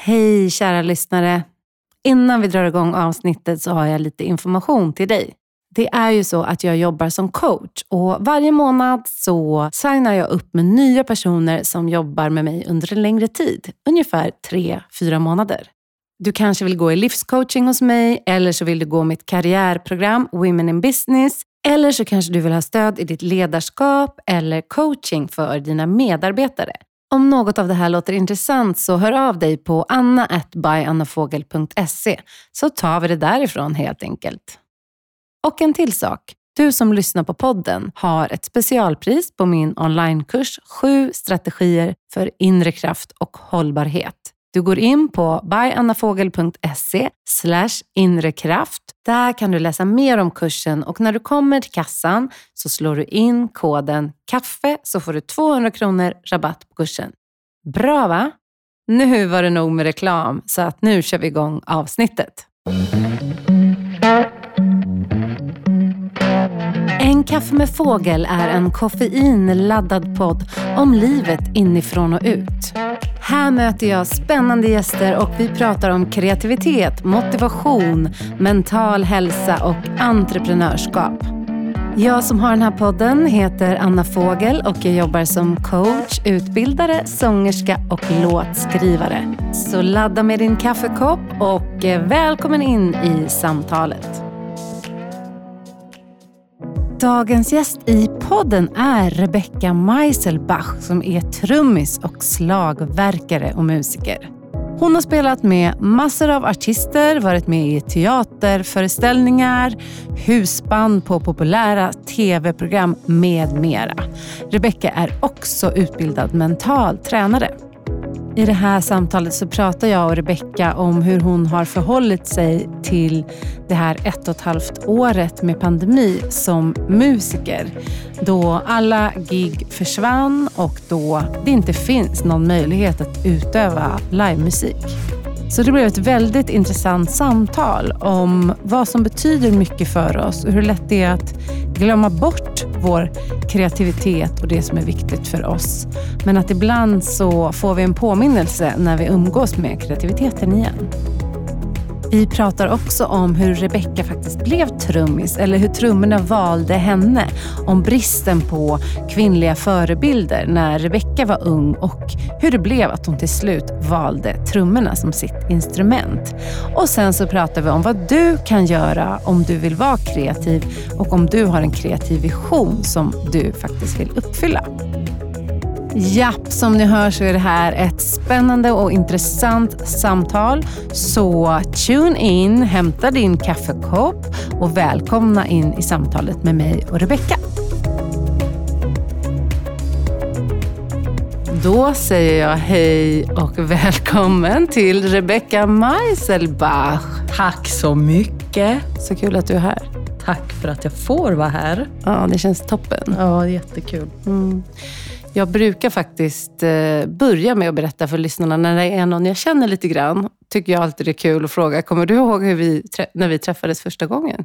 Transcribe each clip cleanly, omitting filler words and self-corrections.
Hej kära lyssnare. Innan vi drar igång avsnittet så har jag lite information till dig. Det är ju så att jag jobbar som coach och varje månad så signar jag upp med nya personer som jobbar med mig under en längre tid. Ungefär 3-4 månader. Du kanske vill gå i livscoaching hos mig eller så vill du gå mitt karriärprogram Women in Business. Eller så kanske du vill ha stöd i ditt ledarskap eller coaching för dina medarbetare. Om något av det här låter intressant så hör av dig på anna@byannafogel.se så tar vi det därifrån helt enkelt. Och en till sak. Du som lyssnar på podden har ett specialpris på min onlinekurs 7 strategier för inre kraft och hållbarhet. Du går in på byannafogel.se/inrekraft. Där kan du läsa mer om kursen och när du kommer till kassan så slår du in koden KAFFE så får du 200 kronor rabatt på kursen. Bra va? Nu var det nog med reklam så att nu kör vi igång avsnittet. En kaffe med fågel är en koffeinladdad podd om livet inifrån och ut. Här möter jag spännande gäster och vi pratar om kreativitet, motivation, mental hälsa och entreprenörskap. Jag som har den här podden heter Anna Fågel och jag jobbar som coach, utbildare, sångerska och låtskrivare. Så ladda med din kaffekopp och välkommen in i samtalet. Dagens gäst i podden är Rebecca Meiselbach som är trummis och slagverkare och musiker. Hon har spelat med massor av artister, varit med i teaterföreställningar, husband på populära tv-program med mera. Rebecca är också utbildad mental tränare. I det här samtalet så pratar jag och Rebecca om hur hon har förhållit sig till det här 1,5 året med pandemi som musiker. Då alla gig försvann och då det inte finns någon möjlighet att utöva livemusik. Så det blev ett väldigt intressant samtal om vad som betyder mycket för oss och hur lätt det är att glömma bort vår kreativitet och det som är viktigt för oss. Men att ibland så får vi en påminnelse när vi umgås med kreativiteten igen. Vi pratar också om hur Rebecca faktiskt blev trummis eller hur trummorna valde henne. Om bristen på kvinnliga förebilder när Rebecca var ung och hur det blev att hon till slut valde trummorna som sitt instrument. Och sen så pratar vi om vad du kan göra om du vill vara kreativ och om du har en kreativ vision som du faktiskt vill uppfylla. Japp, som ni hör så är det här ett spännande och intressant samtal. Så tune in, hämta din kaffekopp och välkomna in i samtalet med mig och Rebecca. Då säger jag hej och välkommen till Rebecca Meiselbach. Tack så mycket. Så kul att du är här. Tack för att jag får vara här. Ja, det känns toppen. Ja, jättekul. Jag brukar faktiskt börja med att berätta för lyssnarna när det är någon jag känner lite grann. Tycker jag alltid det är kul att fråga. Kommer du ihåg hur när vi träffades första gången?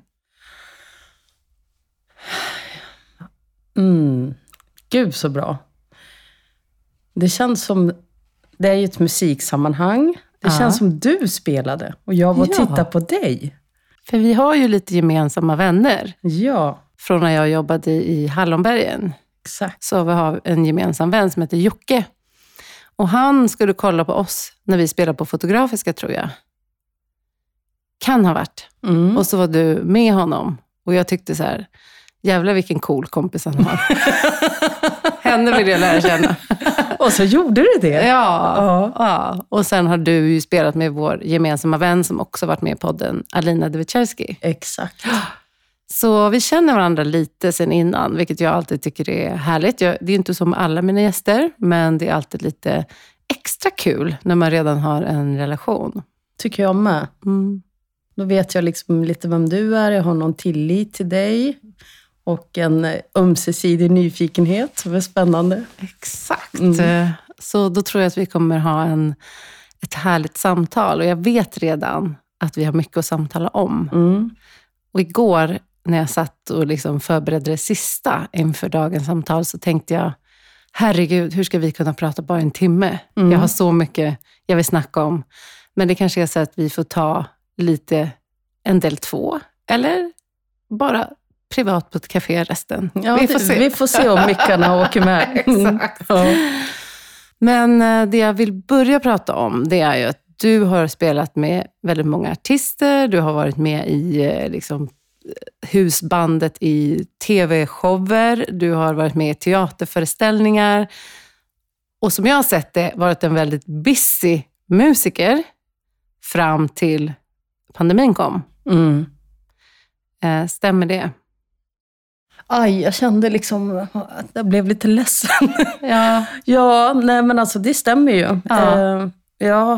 Gud så bra. Det känns som, det är ju ett musiksammanhang. Det känns som du spelade och jag var och tittade på dig. För vi har ju lite gemensamma vänner. Ja. Från när jag jobbade i Hallonbergen. Exakt. Så vi har en gemensam vän som heter Jocke. Och han skulle kolla på oss när vi spelade på Fotografiska, tror jag. Kan ha varit. Och så var du med honom. Och jag tyckte så här, jävlar vilken cool kompis han har. Henne vill jag lära känna. Och så gjorde du det? Ja. Och sen har du ju spelat med vår gemensamma vän som också varit med i podden, Alina Devicharski. Exakt. Så vi känner varandra lite sen innan, vilket jag alltid tycker är härligt. Det är inte som alla mina gäster, men det är alltid lite extra kul när man redan har en relation. Tycker jag med. Då vet jag liksom lite vem du är, jag har någon tillit till dig. Och en ömsesidig nyfikenhet som är spännande. Exakt. Så då tror jag att vi kommer ha ett härligt samtal. Och jag vet redan att vi har mycket att samtala om. Och igår när jag satt och liksom förberedde det sista inför dagens samtal så tänkte jag, herregud, hur ska vi kunna prata bara en timme? Jag har så mycket jag vill snacka om. Men det kanske är så att vi får ta lite en del 2. Eller bara privat på ett café resten. Ja, vi får se om mickarna åker med. Exakt. Ja. Men det jag vill börja prata om, det är ju att du har spelat med väldigt många artister. Du har varit med i liksom, husbandet i tv-shower. Du har varit med i teaterföreställningar. Och som jag har sett det, varit en väldigt busy musiker fram till pandemin kom. Stämmer det? Aj, jag kände liksom att jag blev lite ledsen. Ja. Ja, nej men alltså det stämmer ju. Ja. Jag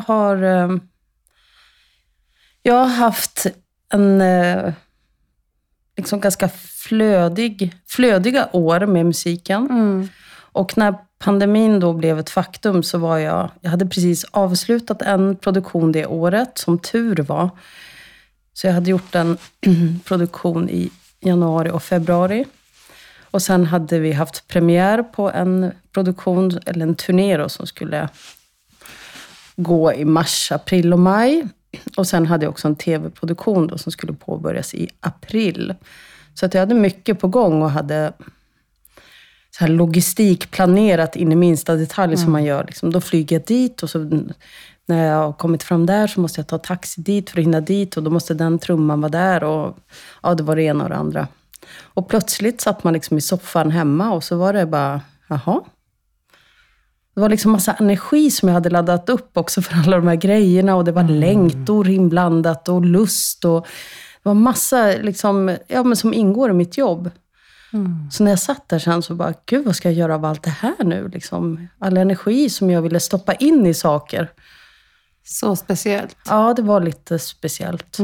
har haft en liksom ganska flödiga år med musiken. Och när pandemin då blev ett faktum så var jag hade precis avslutat en produktion det året, som tur var. Så jag hade gjort en produktion i januari och februari. Och sen hade vi haft premiär på en produktion, eller en turné då, som skulle gå i mars, april och maj. Och sen hade jag också en tv-produktion då som skulle påbörjas i april. Så att jag hade mycket på gång och hade så här logistik planerat in i minsta detalj som man gör. Liksom. Då flyger jag dit och så när jag har kommit fram där så måste jag ta taxi dit för att hinna dit. Och då måste den trumman vara där och ja, det var det ena och det andra. Och plötsligt satt man liksom i soffan hemma och så var det bara, jaha. Det var liksom massa energi som jag hade laddat upp också för alla de här grejerna. Och det var längtor inblandat och lust. Och det var massa liksom, ja, men som ingår i mitt jobb. Så när jag satt där sen så bara, gud vad ska jag göra av allt det här nu? Liksom, all energi som jag ville stoppa in i saker. Så speciellt. Ja, det var lite speciellt.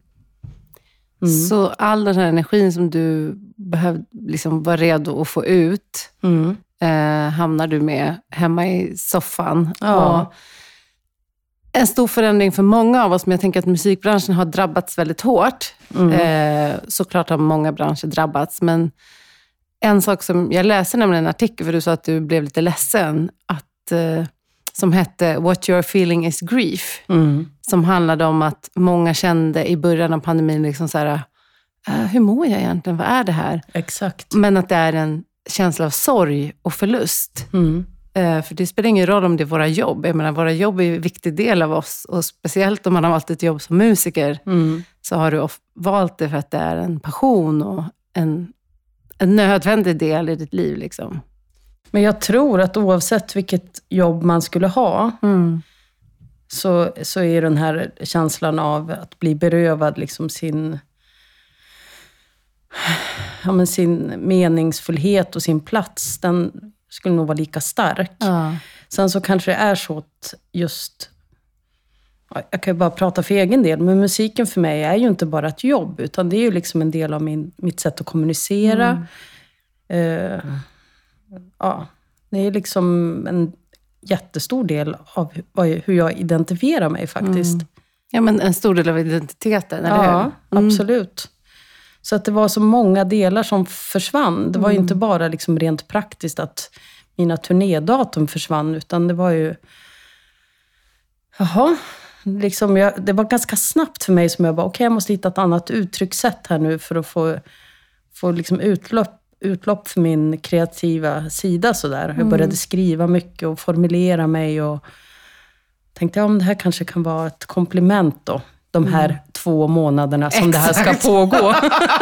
Så all den här energin som du behövde liksom vara redo att få ut hamnar du med hemma i soffan. Ja. Och en stor förändring för många av oss, men jag tänker att musikbranschen har drabbats väldigt hårt. Såklart har många branscher drabbats, men en sak som jag läste, nämligen en artikel, för du sa att du blev lite ledsen, som hette What You're Feeling Is Grief. Som handlade om att många kände i början av pandemin liksom så här, hur mår jag egentligen? Vad är det här? Exakt. Men att det är en känsla av sorg och förlust. För det spelar ingen roll om det är våra jobb. Jag menar, våra jobb är en viktig del av oss. Och speciellt om man har valt ett jobb som musiker så har du valt det för att det är en passion och en nödvändig del i ditt liv. Liksom. Men jag tror att oavsett vilket jobb man skulle ha så är den här känslan av att bli berövad liksom sin meningsfullhet och sin plats, den skulle nog vara lika stark. Sen så kanske det är så att just, jag kan ju bara prata för egen del, men musiken för mig är ju inte bara ett jobb, utan det är ju liksom en del av mitt sätt att kommunicera. Det är liksom en jättestor del av hur jag identifierar mig faktiskt. Ja, men en stor del av identiteten, eller hur? Ja, absolut. Så att det var så många delar som försvann. Det var ju inte bara liksom rent praktiskt att mina turnédatum försvann, utan det var ju... Liksom det var ganska snabbt för mig som jag bara, jag måste hitta ett annat uttryckssätt här nu för att få liksom utlopp för min kreativa sida sådär. Jag började skriva mycket och formulera mig och tänkte, om det här kanske kan vara ett komplement då. De här 2 månaderna som det här ska pågå.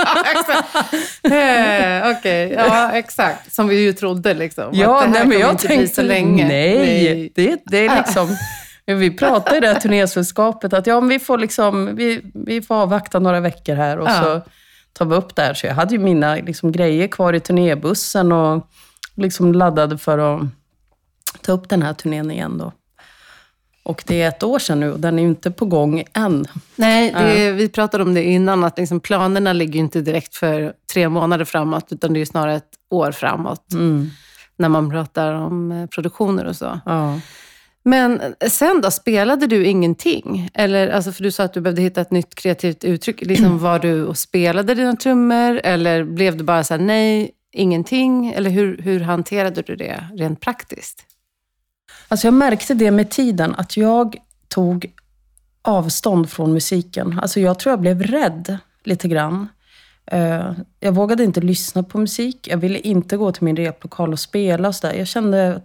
Okej, ja exakt. Som vi ju trodde liksom. Ja, nej, men jag tänkte så länge. Nej. Det är liksom... Vi pratade i det här turnésällskapet att vi får liksom, vi får avvakta några veckor här och så tar vi upp det här. Så jag hade ju mina liksom grejer kvar i turnébussen och liksom laddade för att ta upp den här turnén igen då. Och det är 1 år sedan nu och den är ju inte på gång än. Nej, vi pratade om det innan, att liksom planerna ligger ju inte direkt för 3 månader framåt, utan det är ju snarare 1 år framåt. När man pratar om produktioner och så. Ja. Men sen då, spelade du ingenting? Eller, alltså för du sa att du behövde hitta ett nytt kreativt uttryck. Liksom, var du och spelade dina trummor? Eller blev det bara så här, nej, ingenting? Eller hur hanterade du det rent praktiskt? Alltså jag märkte det med tiden, att jag tog avstånd från musiken. Alltså jag tror jag blev rädd lite grann. Jag vågade inte lyssna på musik. Jag ville inte gå till min replokal och spela och så där. Jag kände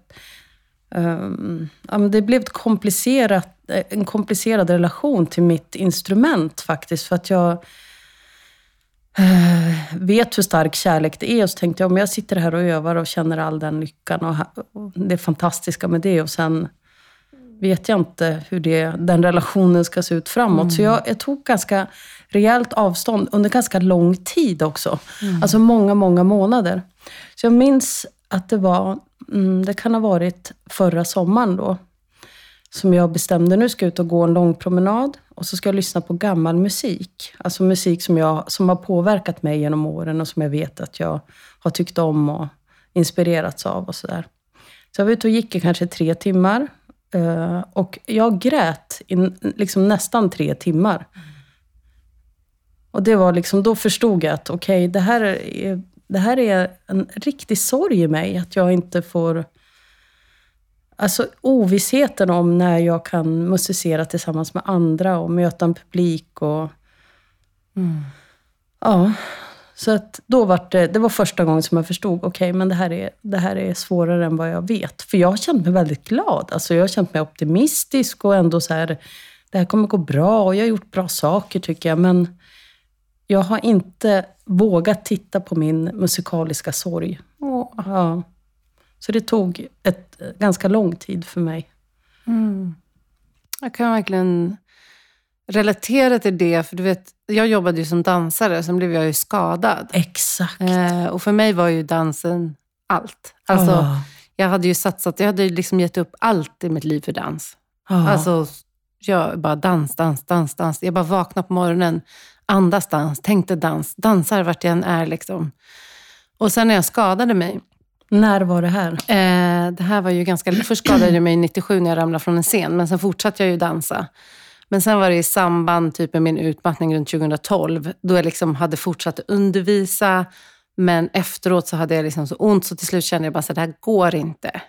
det blev en komplicerad relation till mitt instrument faktiskt. För att jag vet hur stark kärlek det är. Och så tänkte jag, om jag sitter här och övar och känner all den lyckan och det fantastiska med det. Och sen vet jag inte hur den relationen ska se ut framåt. Så jag tog ganska rejält avstånd under ganska lång tid också. Alltså många, många månader. Så jag minns att det kan ha varit förra sommaren då, som jag bestämde, nu ska jag ut och gå en lång promenad och så ska jag lyssna på gammal musik. Alltså musik som har påverkat mig genom åren och som jag vet att jag har tyckt om och inspirerats av och sådär. Så jag var ute och gick i kanske 3 timmar och jag grät i liksom nästan 3 timmar. Och det var liksom, då förstod jag att okej, det här är en riktig sorg i mig, att jag inte får... Alltså ovissheten om när jag kan musicera tillsammans med andra och möta en publik och... Ja, så att då det var första gången som jag förstod, okej, men det här är svårare än vad jag vet. För jag har känt mig väldigt glad. Alltså jag har känt mig optimistisk och ändå så här, det här kommer gå bra och jag har gjort bra saker tycker jag, men jag har inte vågat titta på min musikaliska sorg. Ja. Så det tog ett ganska lång tid för mig. Jag kan verkligen relatera till det. För du vet, jag jobbade ju som dansare, sen blev jag ju skadad. Exakt. Och för mig var ju dansen allt. Alltså, jag hade ju satsat, jag hade liksom gett upp allt i mitt liv för dans. Alltså, jag bara dans. Jag bara vaknade på morgonen, andas dans, tänkte dansar vart jag än är liksom. Och sen när jag skadade mig. När var det här? Det här var ju först skadade jag mig 97 när jag ramlade från en scen, men sen fortsatte jag ju dansa. Men sen var det i samband typ med min utmattning runt 2012, då jag liksom hade fortsatt undervisa, men efteråt så hade jag liksom så ont, så till slut kände jag bara så det här går inte.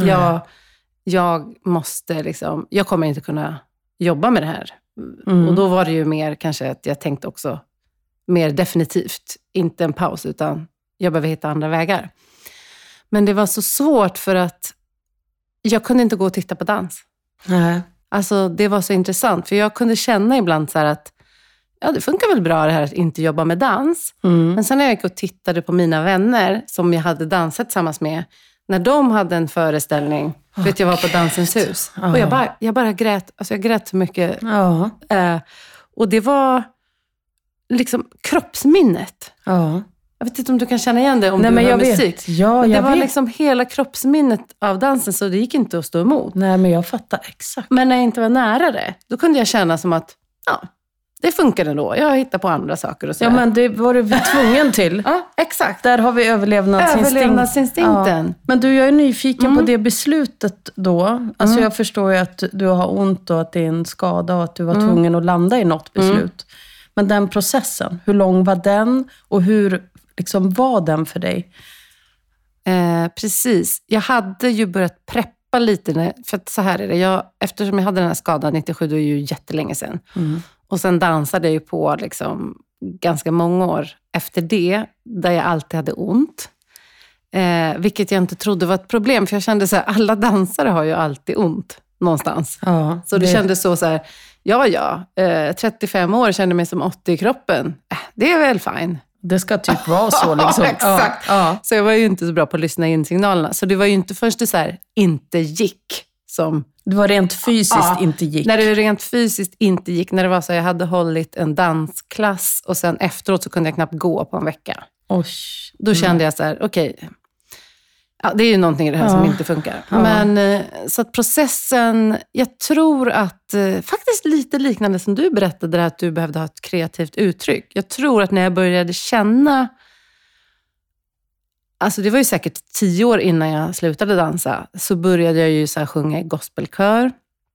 Jag måste liksom, jag kommer inte kunna jobba med det här. Och då var det ju mer kanske att jag tänkte också mer definitivt, inte en paus, utan jag behöver hitta andra vägar. Men det var så svårt för att jag kunde inte gå och titta på dans. Nej. Alltså det var så intressant, för jag kunde känna ibland så här att det funkar väl bra det här att inte jobba med dans. Men sen när jag gick och tittade på mina vänner som jag hade dansat tillsammans med, när de hade en föreställning, vet jag var på Dansens hus. Och jag bara grät, alltså jag grät så mycket. Och det var liksom kroppsminnet. Jag vet inte om du kan känna igen det om du hör musik. Ja, det var liksom hela kroppsminnet av dansen, så det gick inte att stå emot. Nej, men jag fattar exakt. Men när jag inte var nära det, då kunde jag känna som att det funkar ändå. Jag hittar på andra saker och så. Ja, men det var du tvungen till. Ja, exakt. Där har vi överlevnadsinstinkten. Ja. Men du, jag är nyfiken på det beslutet då. Alltså jag förstår ju att du har ont och att det är en skada och att du var tvungen att landa i något beslut. Men den processen, hur lång var den och hur liksom var den för dig? Precis. Jag hade ju börjat preppa lite, för att så här är det. Eftersom jag hade den här skadan 97, då är ju jättelänge sedan. Och sen dansade jag ju på liksom ganska många år efter det, där jag alltid hade ont. Vilket jag inte trodde var ett problem, för jag kände så här, alla dansare har ju alltid ont någonstans. Så det kändes så här, 35 år kände mig som 80 i kroppen. Det är väl fine. Det ska typ vara så liksom. Exakt. Så jag var ju inte så bra på att lyssna in signalerna. Så det var ju inte först det så här, inte gick som... Det var rent fysiskt inte gick. När det rent fysiskt inte gick. När det var så jag hade hållit en dansklass och sen efteråt så kunde jag knappt gå på en vecka. Då kände jag så här, okej. Det är ju någonting i det här som inte funkar. Men så att processen, jag tror att faktiskt lite liknande som du berättade där, att du behövde ha ett kreativt uttryck. Jag tror att när jag började känna, alltså det var ju säkert 10 år innan jag slutade dansa, så började jag ju så här sjunga i gospelkör.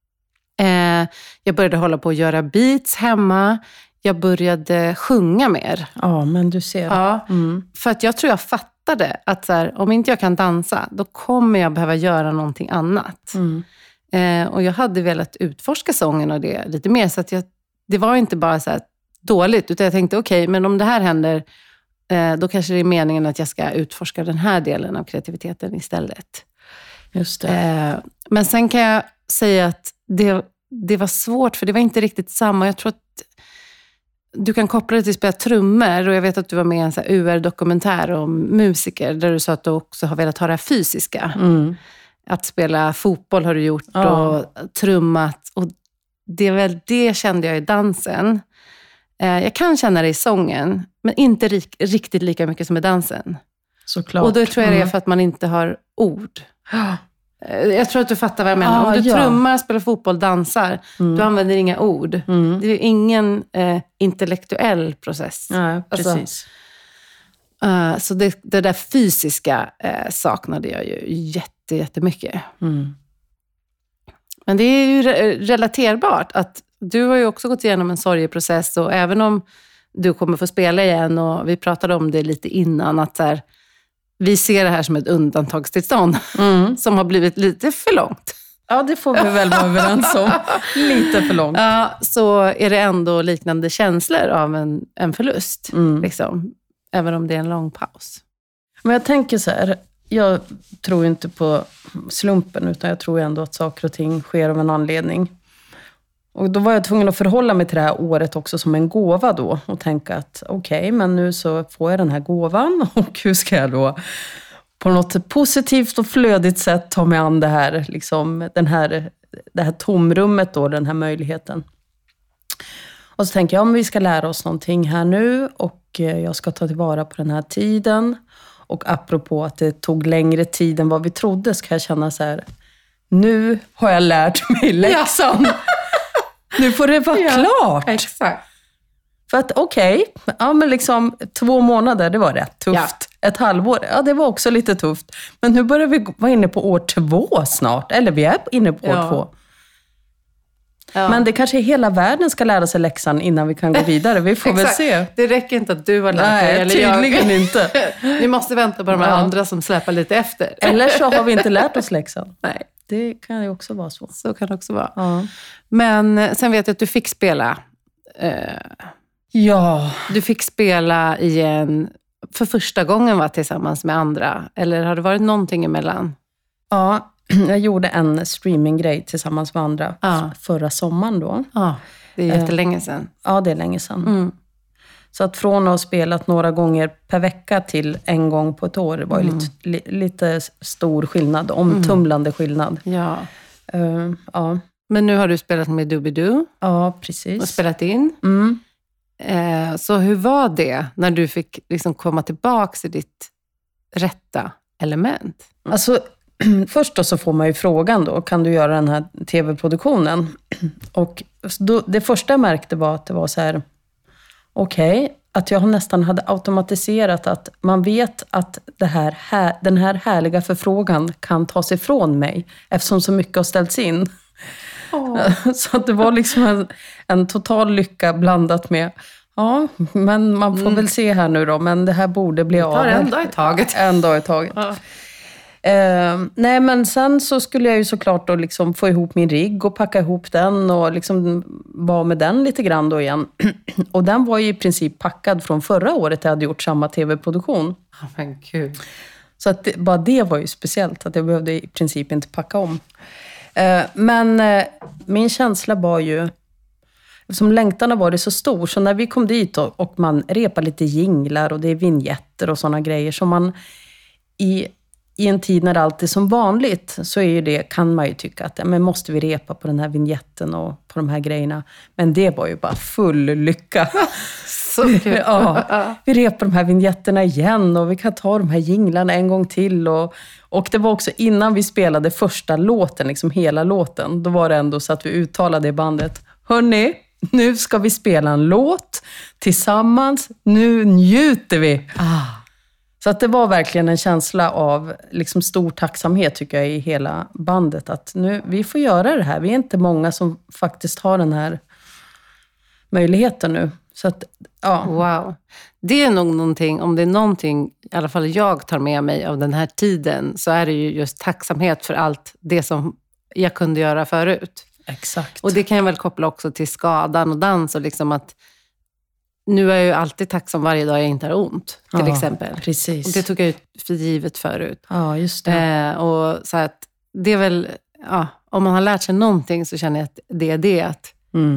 Jag började hålla på att göra beats hemma. Jag började sjunga mer. Ja, men du ser. För att jag tror jag fattade fattade att så här, om inte jag kan dansa, då kommer jag behöva göra någonting annat. Och jag hade velat utforska sången och det lite mer. Så att det var inte bara så här dåligt, utan jag tänkte okej, men om det här händer, då kanske det är meningen att jag ska utforska den här delen av kreativiteten istället. Just det. Men sen kan jag säga att det var svårt, för det var inte riktigt samma. Jag tror att du kan koppla det till att spela trummor, och jag vet att du var med i en så här UR-dokumentär om musiker, där du sa att du också har velat ha det här fysiska. Att spela fotboll har du gjort och trummat, och det är väl det kände jag i dansen. Jag kan känna det i sången, men inte riktigt lika mycket som i dansen. Såklart. Och då tror jag det är för att man inte har ord. Jag tror att du fattar vad jag menar. Om du trummar, spelar fotboll, dansar, du använder inga ord. Det är ingen intellektuell process. Ja, precis. Så det där fysiska saknade jag ju jättemycket. Men det är ju relaterbart att du har ju också gått igenom en sorgeprocess, och även om du kommer få spela igen, och vi pratade om det lite innan, att så här, vi ser det här som ett undantagstillstånd som har blivit lite för långt. Ja, det får vi väl vara överens om. Lite för långt. Ja, så är det ändå liknande känslor av en förlust. Liksom, även om det är en lång paus. Men jag tänker så här, jag tror inte på slumpen, utan jag tror ändå att saker och ting sker av en anledning. Och då var jag tvungen att förhålla mig till det här året också som en gåva då. Och tänka att okej, men nu så får jag den här gåvan. Och hur ska jag då på något positivt och flödigt sätt ta mig an det här, liksom, det här tomrummet då, den här möjligheten. Och så tänker jag, men vi ska lära oss någonting här nu. Och jag ska ta tillvara på den här tiden. Och apropå att det tog längre tid än vad vi trodde, så kan jag känna så här, nu har jag lärt mig läxan. Ja. Nu får det vara klart. Exakt. För att men liksom 2 månader, det var rätt tufft. Ja. 1 halvår, det var också lite tufft. Men nu börjar vi vara inne på år 2 snart. Eller vi är inne på år 2. Ja. Men det kanske hela världen ska lära sig läxan innan vi kan gå vidare. Vi får väl se. Det räcker inte att du har lärt dig. Nej, tydligen inte. Vi måste vänta på de här andra som släpar lite efter. Eller så har vi inte lärt oss läxan. Nej. Det kan ju också vara så. Så kan det också vara. Ja. Men sen vet jag att du fick spela. Du fick spela igen för första gången, tillsammans med andra. Eller har det varit någonting emellan? Ja, jag gjorde en streaminggrej tillsammans med andra förra sommaren då. Ja, det är jättelänge sedan. Ja, det är länge sedan. Så att från att ha spelat några gånger per vecka till en gång på ett år, det var ju lite stor skillnad, omtumlande skillnad. Ja. Ja. Men nu har du spelat med Doobidoo. Ja, precis. Och spelat in. Så hur var det när du fick liksom komma tillbaka i ditt rätta element? Alltså, först då så får man ju frågan då, kan du göra den här tv-produktionen? Och då, det första jag märkte var att det var så här, att jag nästan hade automatiserat att man vet att den här härliga förfrågan kan tas ifrån mig, eftersom så mycket har ställts in. Så att det var liksom en total lycka blandat med, men man får väl se här nu då, men det här borde bli av. En dag i taget. En dag i taget. Ja. Nej, men sen så skulle jag ju såklart då liksom få ihop min rigg och packa ihop den och liksom vara med den lite grann då igen. Och den var ju i princip packad från förra året jag hade gjort samma tv-produktion. Men gud. Så att bara det var ju speciellt, att jag behövde i princip inte packa om. Men min känsla var ju, som längtan har varit så stor, så när vi kom dit och man repar lite jinglar och det är vignetter och sådana grejer som man i en tid när allt är som vanligt, så är ju det, kan man ju tycka att men måste vi repa på den här vignetten och på de här grejerna. Men det var ju bara full lycka. Så kul. Vi repar de här vignetterna igen och vi kan ta de här jinglarna en gång till. Och det var också innan vi spelade första låten, liksom hela låten. Då var det ändå så att vi uttalade i bandet, hörni, nu ska vi spela en låt tillsammans. Nu njuter vi. Så att det var verkligen en känsla av liksom stor tacksamhet, tycker jag, i hela bandet. Att nu, vi får göra det här. Vi är inte många som faktiskt har den här möjligheten nu. Så att, ja. Wow. Det är nog någonting, om det är någonting i alla fall jag tar med mig av den här tiden, så är det ju just tacksamhet för allt det som jag kunde göra förut. Exakt. Och det kan jag väl koppla också till skadan och dans och liksom att nu är jag ju alltid tacksam varje dag jag inte har ont, till exempel. Precis. Och det tog jag ut för givet förut. Ja, just det. Och så att det är väl, om man har lärt sig någonting så känner jag att det är det. Att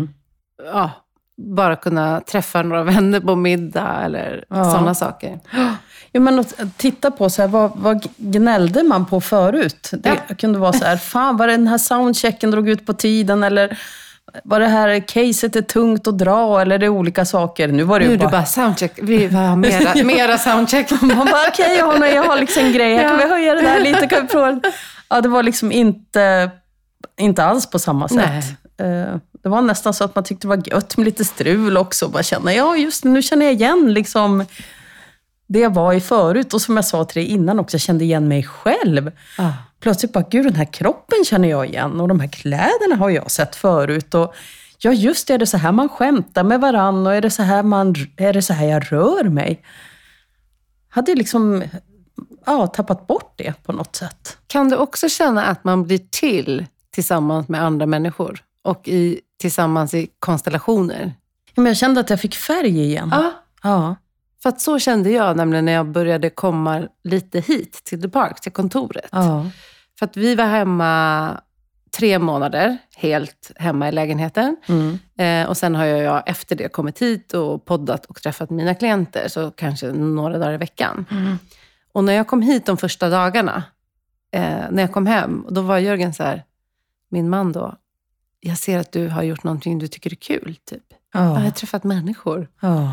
bara kunna träffa några vänner på middag eller sådana saker. Ja, men att titta på så här, vad gnällde man på förut? Det kunde vara så här, fan var den här soundchecken drog ut på tiden, eller var det här caset är tungt att dra, eller det är olika saker. Nu var det ju bara soundcheck, vi har mera soundcheck. Man bara okej, jag har liksom en grej, kan vi höja det där lite, kan vi prova? Ja, det var liksom inte alls på samma sätt. Det var nästan så att man tyckte det var gött med lite strul också. Bara känna, just nu känner jag igen liksom det jag var i förut. Och som jag sa till dig innan också, jag kände igen mig själv. Plötsligt bara, gud, den här kroppen känner jag igen. Och de här kläderna har jag sett förut. Och ja, just det, är det så här man skämtar med varann? Och är det så här jag rör mig? Hade liksom tappat bort det på något sätt. Kan du också känna att man blir tillsammans med andra människor? Och tillsammans i konstellationer? Men jag kände att jag fick färg igen. Ja. För att så kände jag nämligen när jag började komma lite hit till The Park, till kontoret. För att vi var hemma 3 månader, helt hemma i lägenheten. Och sen har jag efter det kommit hit och poddat och träffat mina klienter, så kanske några dagar i veckan. Och när jag kom hit de första dagarna, när jag kom hem, då var Jörgen så här, min man då, jag ser att du har gjort någonting du tycker är kul, typ. Jag har träffat människor.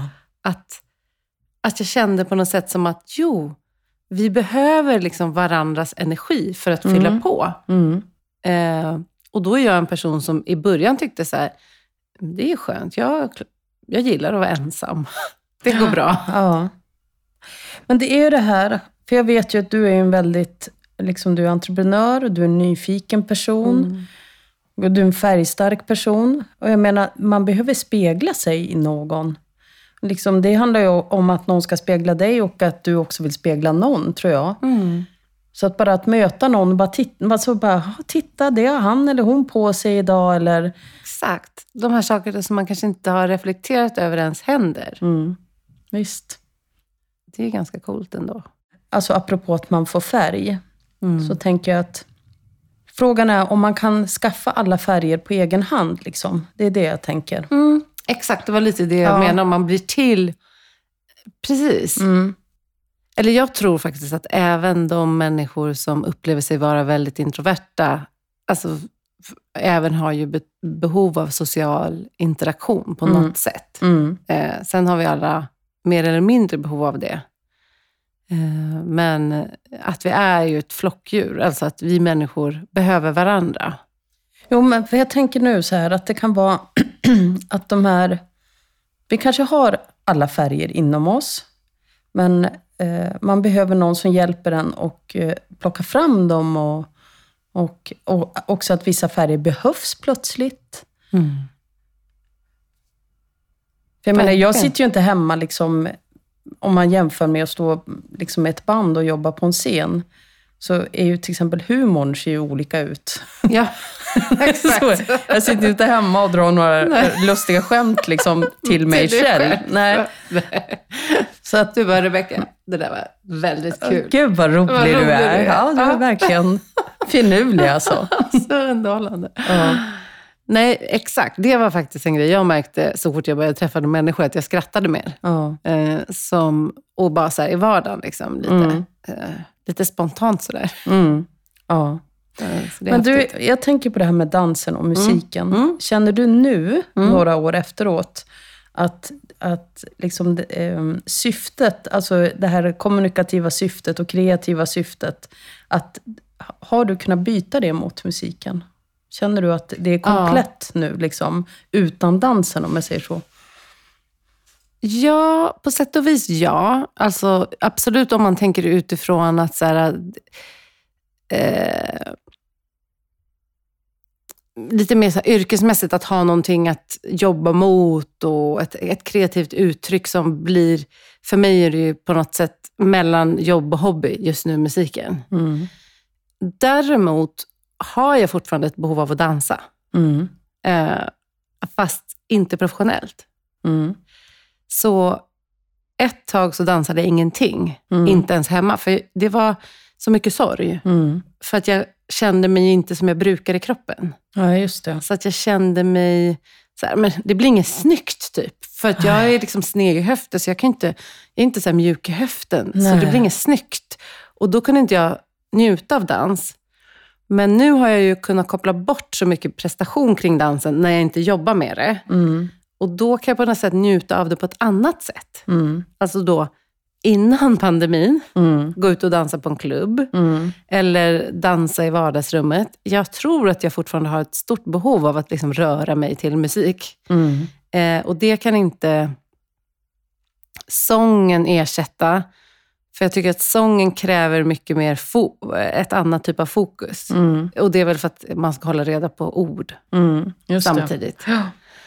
Att jag kände på något sätt som att, vi behöver liksom varandras energi för att fylla på. Och då är jag en person som i början tyckte så här, det är skönt, jag gillar att vara ensam. Det går bra. Men det är ju det här, för jag vet ju att du är en väldigt, liksom, du är entreprenör, du är en nyfiken person. Och du är en färgstark person. Och jag menar, man behöver spegla sig i någon. Liksom, det handlar ju om att någon ska spegla dig och att du också vill spegla någon, tror jag. Så att bara att möta någon, titta, det har han eller hon på sig idag. Eller... Exakt. De här sakerna som man kanske inte har reflekterat över ens händer. Visst. Det är ganska coolt ändå. Alltså apropå att man får färg. Så tänker jag att frågan är om man kan skaffa alla färger på egen hand. Liksom. Det är det jag tänker. Exakt, det var lite det jag menar. Om man blir till... Precis. Eller jag tror faktiskt att även de människor som upplever sig vara väldigt introverta, alltså även har ju behov av social interaktion på något sätt. Sen har vi alla mer eller mindre behov av det. Men att vi är ju ett flockdjur, alltså att vi människor behöver varandra. Jo, men för jag tänker nu så här att det kan vara att vi kanske har alla färger inom oss, men man behöver någon som hjälper en och plocka fram dem och också att vissa färger behövs plötsligt. För jag menar, jag sitter ju inte hemma liksom, om man jämför med att stå liksom med ett band och jobba på en scen, så är ju till exempel humorn ser ju olika ut. Ja, exakt. Så, jag sitter inte hemma och drar några lustiga skämt liksom till mig själv. Nej. Så att du bara, Rebecka, det där var väldigt kul. Gud vad rolig du är. Ja, du är verkligen finurlig alltså. Så underhållande. Nej, exakt. Det var faktiskt en grej jag märkte så fort jag började träffa människor, att jag skrattade mer. Och bara så här i vardagen liksom, lite spontant sådär. Men du, jag tänker på det här med dansen och musiken. Känner du nu, några år efteråt, att liksom, syftet, alltså det här kommunikativa syftet och kreativa syftet, att har du kunnat byta det mot musiken? Känner du att det är komplett nu, liksom, utan dansen, om jag säger så? Ja, på sätt och vis ja. Alltså, absolut, om man tänker utifrån att så här, lite mer så här yrkesmässigt att ha någonting att jobba mot och ett kreativt uttryck som blir, för mig är det ju på något sätt mellan jobb och hobby just nu, musiken. Däremot har jag fortfarande ett behov av att dansa. Fast inte professionellt. Så ett tag så dansade jag ingenting. Inte ens hemma. För det var så mycket sorg. För att jag kände mig inte som jag brukar i kroppen. Ja, just det. Så att jag kände mig så här, men det blir inget snyggt typ. För att jag är liksom sned i höften, så jag är inte så här mjuk i höften. Nej. Så det blir inget snyggt. Och då kunde inte jag njuta av dans. Men nu har jag ju kunnat koppla bort så mycket prestation kring dansen när jag inte jobbar med det. Och då kan jag på något sätt njuta av det på ett annat sätt. Alltså då innan pandemin, gå ut och dansa på en klubb. Eller dansa i vardagsrummet. Jag tror att jag fortfarande har ett stort behov av att liksom röra mig till musik. Och det kan inte sången ersätta. För jag tycker att sången kräver mycket mer ett annat typ av fokus. Och det är väl för att man ska hålla reda på ord samtidigt. Ja.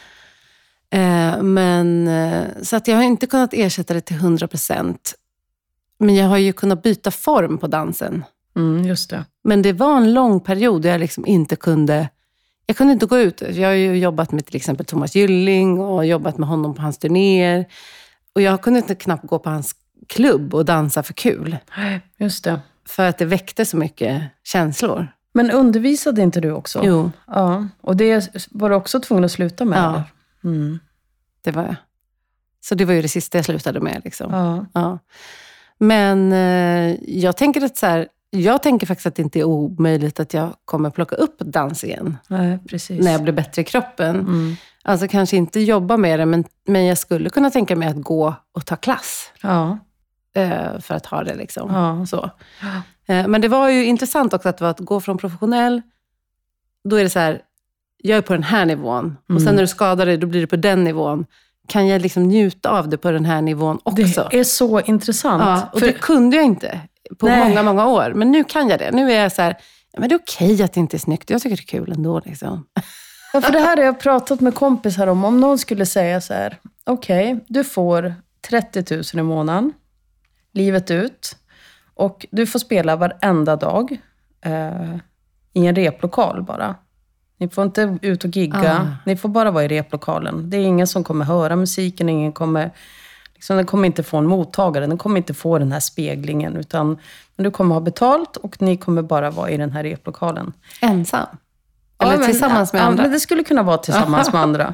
Så att jag har inte kunnat ersätta det till 100%. Men jag har ju kunnat byta form på dansen. Just det. Men det var en lång period där jag liksom inte kunde... Jag kunde inte gå ut. Jag har ju jobbat med till exempel Thomas Gylling och jobbat med honom på hans turnéer. Och jag kunde inte knappt gå på hans klubb och dansa för kul. Just det. För att det väckte så mycket känslor. Men undervisade inte du också? Jo. Ja. Och det var du också tvungen att sluta med? Ja. Det var jag. Så det var ju det sista jag slutade med. Liksom. Ja. Men jag tänker att jag tänker faktiskt att det inte är omöjligt att jag kommer plocka upp dans igen. Nej, precis. När jag blir bättre i kroppen. Alltså kanske inte jobba med det, men jag skulle kunna tänka mig att gå och ta klass. Ja. För att ha det liksom. Ja. Så. Men det var ju intressant också att gå från professionell, då är det så här, jag är på den här nivån. Och sen när du skadar dig, då blir det på den nivån. Kan jag liksom njuta av det på den här nivån också? Det är så intressant. Ja, och det kunde jag inte på många, många år. Men nu kan jag det. Nu är jag så här, men det är okej att det inte är snyggt. Jag tycker det är kul ändå liksom. Ja, för det här har jag pratat med kompisar om någon skulle säga så här, okej, du får 30 000 i månaden, livet ut. Och du får spela varenda dag i en replokal bara. Ni får inte ut och gigga. Ni får bara vara i replokalen. Det är ingen som kommer höra musiken. Ingen kommer... den kommer inte få en mottagare. Den kommer inte få den här speglingen. Utan du kommer ha betalt och ni kommer bara vara i den här replokalen. Ensam? Eller tillsammans med andra? Det skulle kunna vara tillsammans med andra.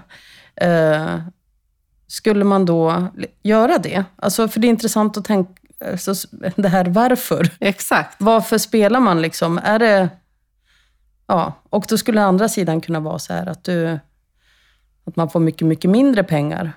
Skulle man då göra det? Alltså, för det är intressant att tänka... Alltså, det här varför. Exakt. Varför spelar man liksom? Är det... Ja, och då skulle andra sidan kunna vara så här att man får mycket, mycket mindre pengar.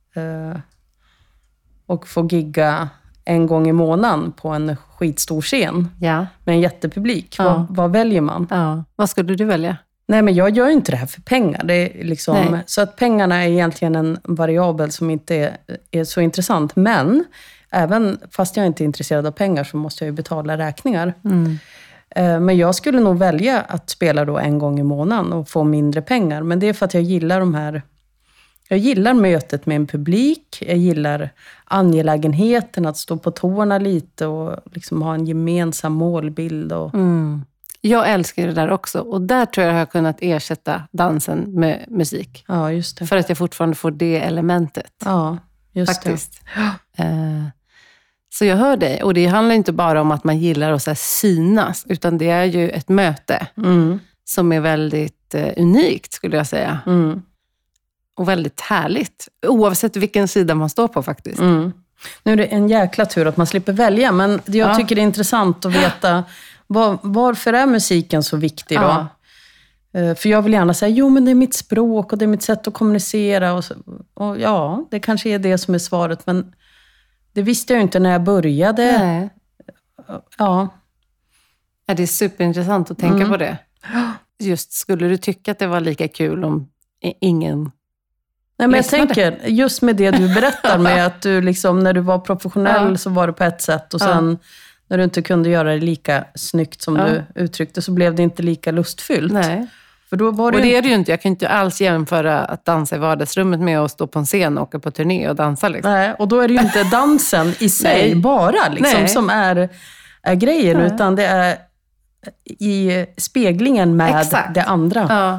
Och får gigga en gång i månaden på en skitstor scen. Ja. Med en jättepublik. Ja. Vad väljer man? Ja. Vad skulle du välja? Nej, men jag gör ju inte det här för pengar. Det är liksom, så att pengarna är egentligen en variabel som inte är så intressant. Men även fast jag inte är intresserad av pengar så måste jag ju betala räkningar. Men jag skulle nog välja att spela då en gång i månaden och få mindre pengar. Men det är för att jag gillar jag gillar mötet med en publik. Jag gillar angelägenheten att stå på tårna lite och liksom ha en gemensam målbild. Jag älskar det där också. Och där tror jag har kunnat ersätta dansen med musik. Ja, just det. För att jag fortfarande får det elementet. Ja, just faktiskt. Det. Så jag hör dig. Och det handlar inte bara om att man gillar att så här synas. Utan det är ju ett möte som är väldigt unikt, skulle jag säga. Och väldigt härligt. Oavsett vilken sida man står på faktiskt. Nu är det en jäkla tur att man slipper välja. Men jag tycker det är intressant att veta varför är musiken så viktig då? För jag vill gärna säga, men det är mitt språk och det är mitt sätt att kommunicera. Och ja, det kanske är det som är svaret. Men det visste jag inte när jag började. Nej. Ja, det är superintressant att tänka på det. Just, skulle du tycka att det var lika kul om ingen... Nej, men jag tänker, just med det du berättar med att du liksom, när du var professionell så var det på ett sätt och sen när du inte kunde göra det lika snyggt som du uttryckte så blev det inte lika lustfyllt. Nej. För då var och det är det ju inte. Jag kan inte alls jämföra att dansa i vardagsrummet med att stå på en scen och åka på turné och dansa. Liksom. Nej, och då är det ju inte dansen i sig bara liksom, som är grejen. Nej. Utan det är i speglingen med det andra. Ja.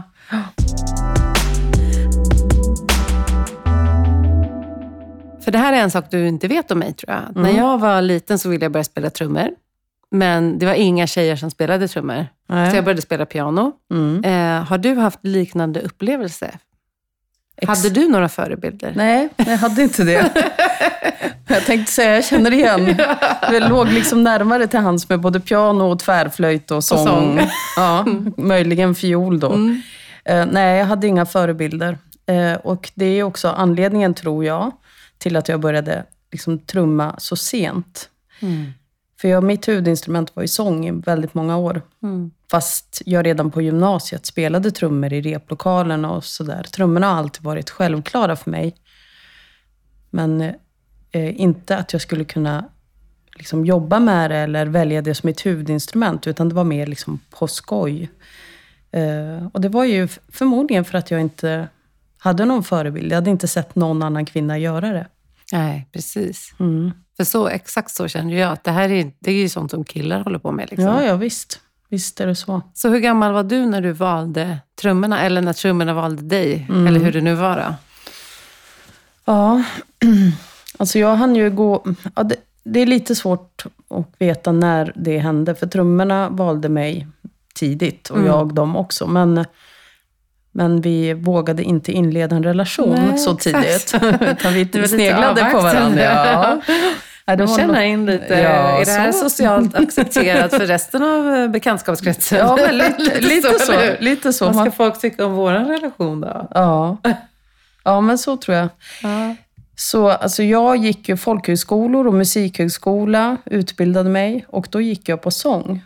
För det här är en sak du inte vet om mig, tror jag. När jag var liten så ville jag börja spela trummor. Men det var inga tjejer som spelade trummor. Nej. Så jag började spela piano. Har du haft liknande upplevelse? Hade du några förebilder? Nej, jag hade inte det. Jag tänkte säga, jag känner igen. Det låg liksom närmare till hands med både piano och tvärflöjt och sång. Ja, möjligen fiol då. Nej, jag hade inga förebilder. Och det är också anledningen, tror jag, till att jag började liksom trumma så sent. För mitt huvudinstrument var ju sång i väldigt många år. Fast jag redan på gymnasiet spelade trummor i replokalen och sådär. Trummorna har alltid varit självklara för mig. Men inte att jag skulle kunna liksom jobba med det eller välja det som ett huvudinstrument. Utan det var mer liksom på skoj. Och det var ju förmodligen för att jag inte hade någon förebild. Jag hade inte sett någon annan kvinna göra det. Nej, precis. För exakt så känner jag att det är ju sånt som killar håller på med. Liksom. Ja, visst. Visst är det så. Så hur gammal var du när du valde trummorna? Eller när trummorna valde dig? Eller hur det nu var då? Ja, alltså jag hann ju gå... Ja, det är lite svårt att veta när det hände. För trummorna valde mig tidigt och jag dem också. Men vi vågade inte inleda en relation så tidigt. Utan vi sneglade på varandra. Ja. Då känner jag in lite. Ja, är det här socialt accepterat för resten av bekantskapskretsen? Ja, men lite så. Vad ska folk tycka om vår relation då? Ja, men så tror jag. Ja. Så alltså, jag gick ju folkhögskolor och musikhögskola, utbildade mig. Och då gick jag på sång.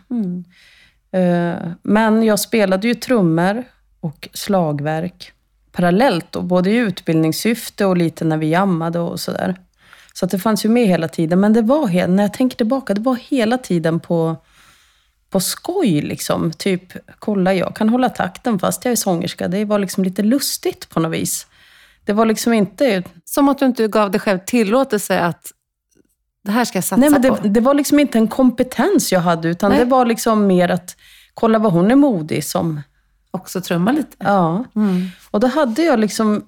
Men jag spelade ju trummor och slagverk parallellt då, både i utbildningssyfte och lite när vi jammade och sådär. Så att det fanns ju med hela tiden. Men det var, när jag tänker tillbaka, det var hela tiden på skoj liksom. Typ, kolla, jag kan hålla takten fast jag är sångerska. Det var liksom lite lustigt på något vis. Det var liksom inte... Som att du inte gav dig själv tillåtelse att det här ska jag satsa på. Det var liksom inte en kompetens jag hade, utan det var liksom mer att kolla vad hon är modig som... Också trumma lite. Ja. Och då hade jag liksom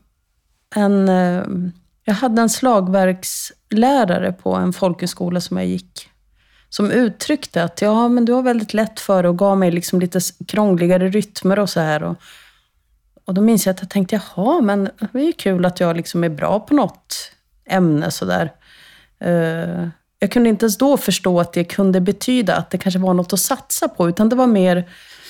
jag hade en slagverkslärare på en folkhögskola som jag gick. Som uttryckte att men du har väldigt lätt för och gav mig liksom lite krångligare rytmer och så här. Och då minns jag att jag tänkte, men det är ju kul att jag liksom är bra på något ämne sådär. Jag kunde inte ens då förstå att det kunde betyda att det kanske var något att satsa på. Utan det var mer...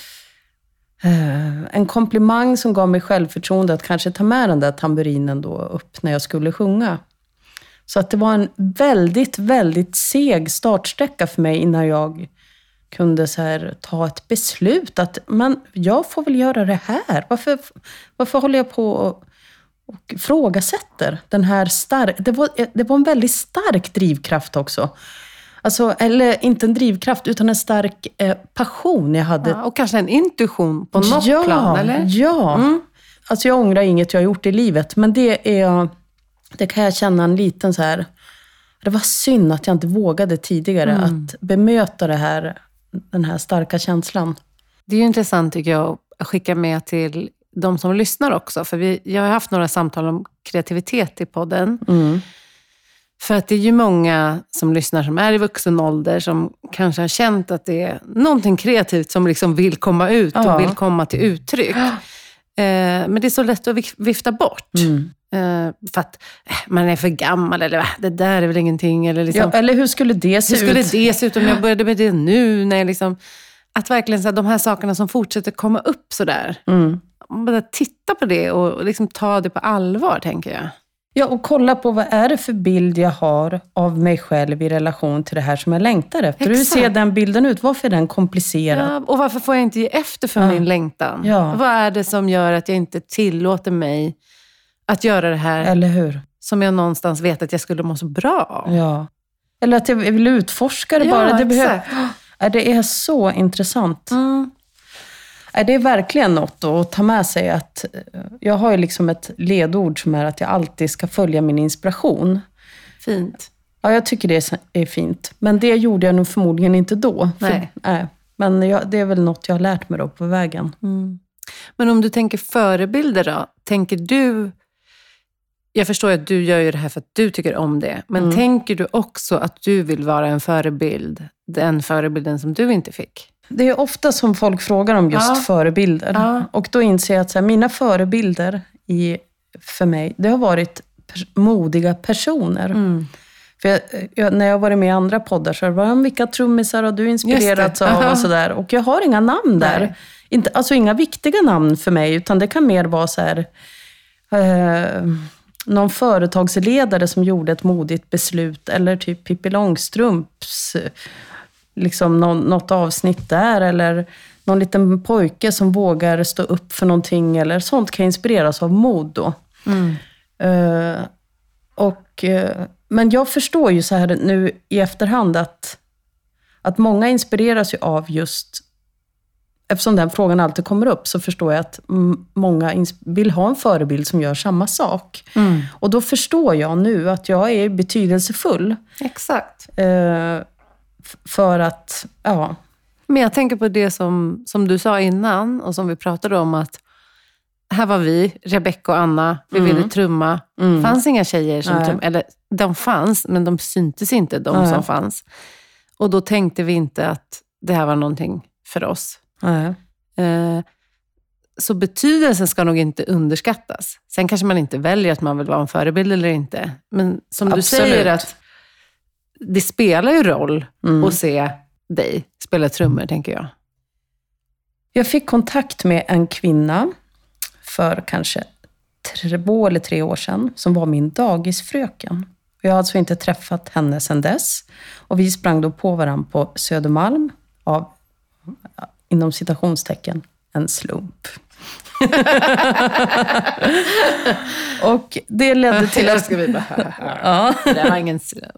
en komplimang som gav mig självförtroende att kanske ta med den där tamburinen då upp när jag skulle sjunga. Så att det var en väldigt, väldigt seg startsträcka för mig innan jag kunde så här ta ett beslut att jag får väl göra det här. Varför håller jag på och frågasätter den här det var en väldigt stark drivkraft också. Alltså, eller inte en drivkraft, utan en stark passion jag hade. Ja, och kanske en intuition på något plan, eller? Ja. Alltså jag ångrar inget jag har gjort i livet. Men det kan jag känna en liten så här... Det var synd att jag inte vågade tidigare att bemöta den här starka känslan. Det är ju intressant tycker jag att skicka med till de som lyssnar också. För jag har haft några samtal om kreativitet i podden. För att det är ju många som lyssnar som är i vuxen ålder som kanske har känt att det är någonting kreativt som liksom vill komma ut och vill komma till uttryck. Men det är så lätt att vifta bort. För att man är för gammal eller det där är väl ingenting. Eller, liksom, eller hur skulle det se ut? Hur skulle det se ut om jag började med det nu? När jag liksom, att verkligen så här, de här sakerna som fortsätter komma upp sådär. Bara titta på det och liksom ta det på allvar, tänker jag. Ja, och kolla på vad är det för bild jag har av mig själv i relation till det här som jag längtar efter. Hur ser den bilden ut? Varför är den komplicerad? Ja, och varför får jag inte ge efter för min längtan? Ja. Vad är det som gör att jag inte tillåter mig att göra det här? Eller hur? Som jag någonstans vet att jag skulle må så bra av. Ja. Eller att jag vill utforska det bara. Det är så intressant. Det är verkligen något att ta med sig. Att jag har ju liksom ett ledord som är att jag alltid ska följa min inspiration. Fint. Ja, jag tycker det är fint. Men det gjorde jag nog förmodligen inte då. Nej. Men det är väl något jag har lärt mig då på vägen. Mm. Men om du tänker förebilder då? Tänker du... Jag förstår att du gör ju det här för att du tycker om det. Men tänker du också att du vill vara en förebild? Den förebilden som du inte fick? Det är ofta som folk frågar om just förebilder. Ja. Och då inser jag att mina förebilder för mig, det har varit modiga personer. Mm. För när jag har varit med i andra poddar så var det vilka trummisar har du inspirerats av och sådär. Och jag har inga namn där. Alltså inga viktiga namn för mig, utan det kan mer vara så här... någon företagsledare som gjorde ett modigt beslut, eller typ Pippi Långstrumps liksom något avsnitt där, eller någon liten pojke som vågar stå upp för någonting, eller sånt kan inspireras av mod då. Men jag förstår ju så här nu i efterhand att många inspireras ju av just, eftersom den frågan alltid kommer upp, så förstår jag att många vill ha en förebild som gör samma sak. Mm. Och då förstår jag nu att jag är betydelsefull. Exakt. För att, ja. Men jag tänker på det som du sa innan och som vi pratade om, att här var vi, Rebecca och Anna, vi ville trumma. Det fanns inga tjejer som trummade, eller de fanns, men de syntes inte, de som fanns. Och då tänkte vi inte att det här var någonting för oss. Så betydelsen ska nog inte underskattas. Sen kanske man inte väljer att man vill vara en förebild eller inte. Men som du säger, att det spelar ju roll att se dig spela trummor, tänker jag. Jag fick kontakt med en kvinna för kanske 2 eller 3 år sedan som var min dagisfröken. Jag har alltså inte träffat henne sedan dess. Och vi sprang då på varandra på Södermalm av, inom citationstecken, en slump. Och det ledde till att... Ska vi bara... Det var ingen slump.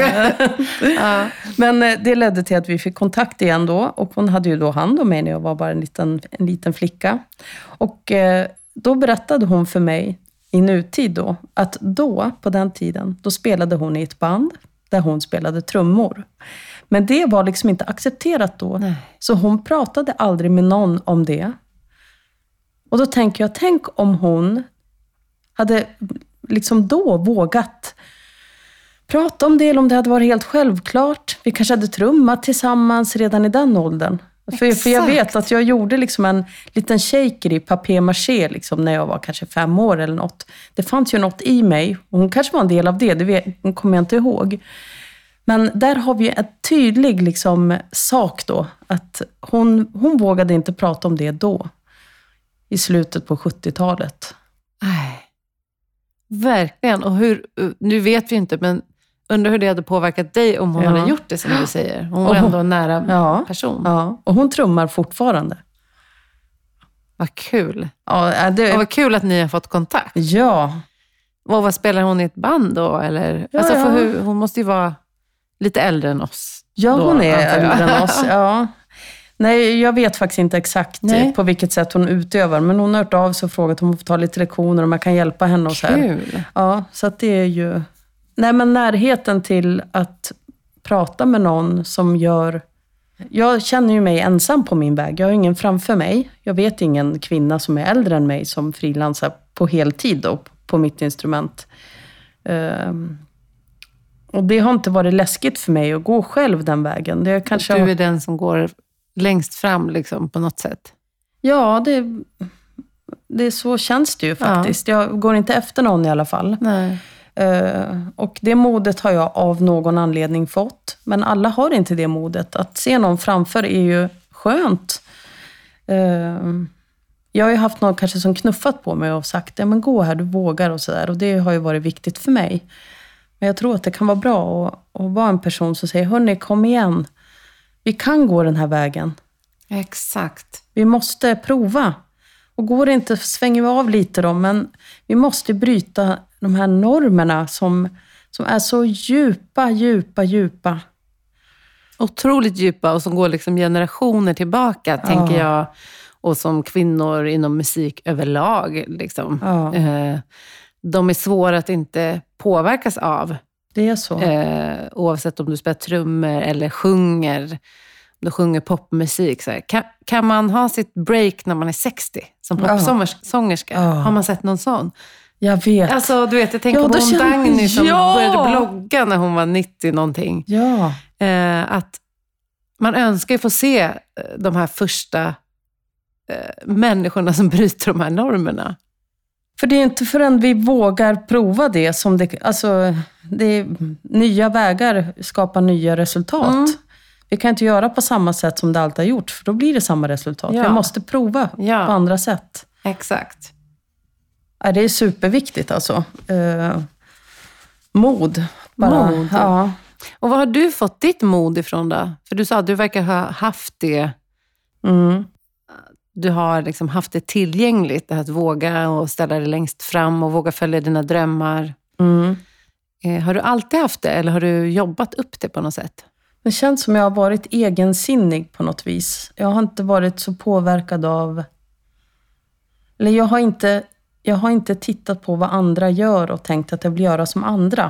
Men det ledde till att vi fick kontakt igen då. Och hon hade ju då hand om mig när jag var bara en liten flicka. Och då berättade hon för mig i nutid då, att då, på den tiden, då spelade hon i ett band där hon spelade trummor. Men det var liksom inte accepterat då. Nej. Så hon pratade aldrig med någon om det. Och då tänker jag, tänk om hon hade liksom då vågat prata om det, eller om det hade varit helt självklart. Vi kanske hade trummat tillsammans redan i den åldern. För jag vet att jag gjorde liksom en liten shaker i papier-maché liksom när jag var kanske 5 år eller något. Det fanns ju något i mig, och hon kanske var en del av det kommer jag inte ihåg. Men där har vi en tydlig liksom sak då, att hon vågade inte prata om det då, i slutet på 70-talet. Nej, verkligen. Och nu vet vi inte, men undrar hur det hade påverkat dig om hon hade gjort det, som du säger. Hon var ändå en nära person. Ja, och hon trummar fortfarande. Vad kul. Ja, och vad kul att ni har fått kontakt. Ja. Och vad spelar hon i ett band då? Eller? Ja, alltså, hon måste ju vara lite äldre än oss. Ja, då, hon är äldre än oss, ja. Nej, jag vet faktiskt inte exakt på vilket sätt hon utövar. Men hon har hört av sig och frågat om hon får ta lite lektioner, om jag kan hjälpa henne och så här. Kul. Ja, så att det är ju... Nej, men närheten till att prata med någon som gör... Jag känner ju mig ensam på min väg. Jag har ingen framför mig. Jag vet ingen kvinna som är äldre än mig som frilansar på heltid då, på mitt instrument. Och det har inte varit läskigt för mig att gå själv den vägen. Det kanske... Du är den som går längst fram liksom, på något sätt. Ja, det så känns det ju faktiskt. Ja. Jag går inte efter någon i alla fall. Nej. Och det modet har jag av någon anledning fått. Men alla har inte det modet. Att se någon framför är ju skönt. Jag har ju haft någon kanske som knuffat på mig och sagt, ja men gå här, du vågar och sådär. Och det har ju varit viktigt för mig. Men jag tror att det kan vara bra att vara en person som säger, hörni, kom igen. Vi kan gå den här vägen. Exakt. Vi måste prova. Och går det inte, svänger vi av lite då. Men vi måste bryta de här normerna som är så djupa. Otroligt djupa, och som går liksom generationer tillbaka, tänker jag. och som kvinnor inom musik överlag. Liksom. De är svåra att inte påverkas av. Det är så. Oavsett om du spelar trummor eller sjunger. Om du sjunger popmusik. Så här. Kan man ha sitt break när man är 60? Som popsångerska? Har man sett någon sån? Jag vet. Alltså, du vet, jag tänker på hon Dagny som började blogga när hon var 90 någonting. Ja. Att man önskar ju få se de här första människorna som bryter de här normerna. För det är inte förrän vi vågar prova det som nya vägar skapar nya resultat. Vi kan inte göra på samma sätt som det alltid har gjort, för då blir det samma resultat. Jag måste prova på andra sätt. Exakt. Det är superviktigt alltså. Mod. Mod. Ja. Och vad har du fått ditt mod ifrån då? För du sa att du verkar ha haft det. Du har liksom haft det tillgängligt. Att våga och ställa dig längst fram och våga följa dina drömmar. Har du alltid haft det eller har du jobbat upp det på något sätt? Det känns som jag har varit egensinnig på något vis. Jag har inte varit så påverkad av... Eller jag har inte tittat på vad andra gör och tänkt att jag vill göra som andra.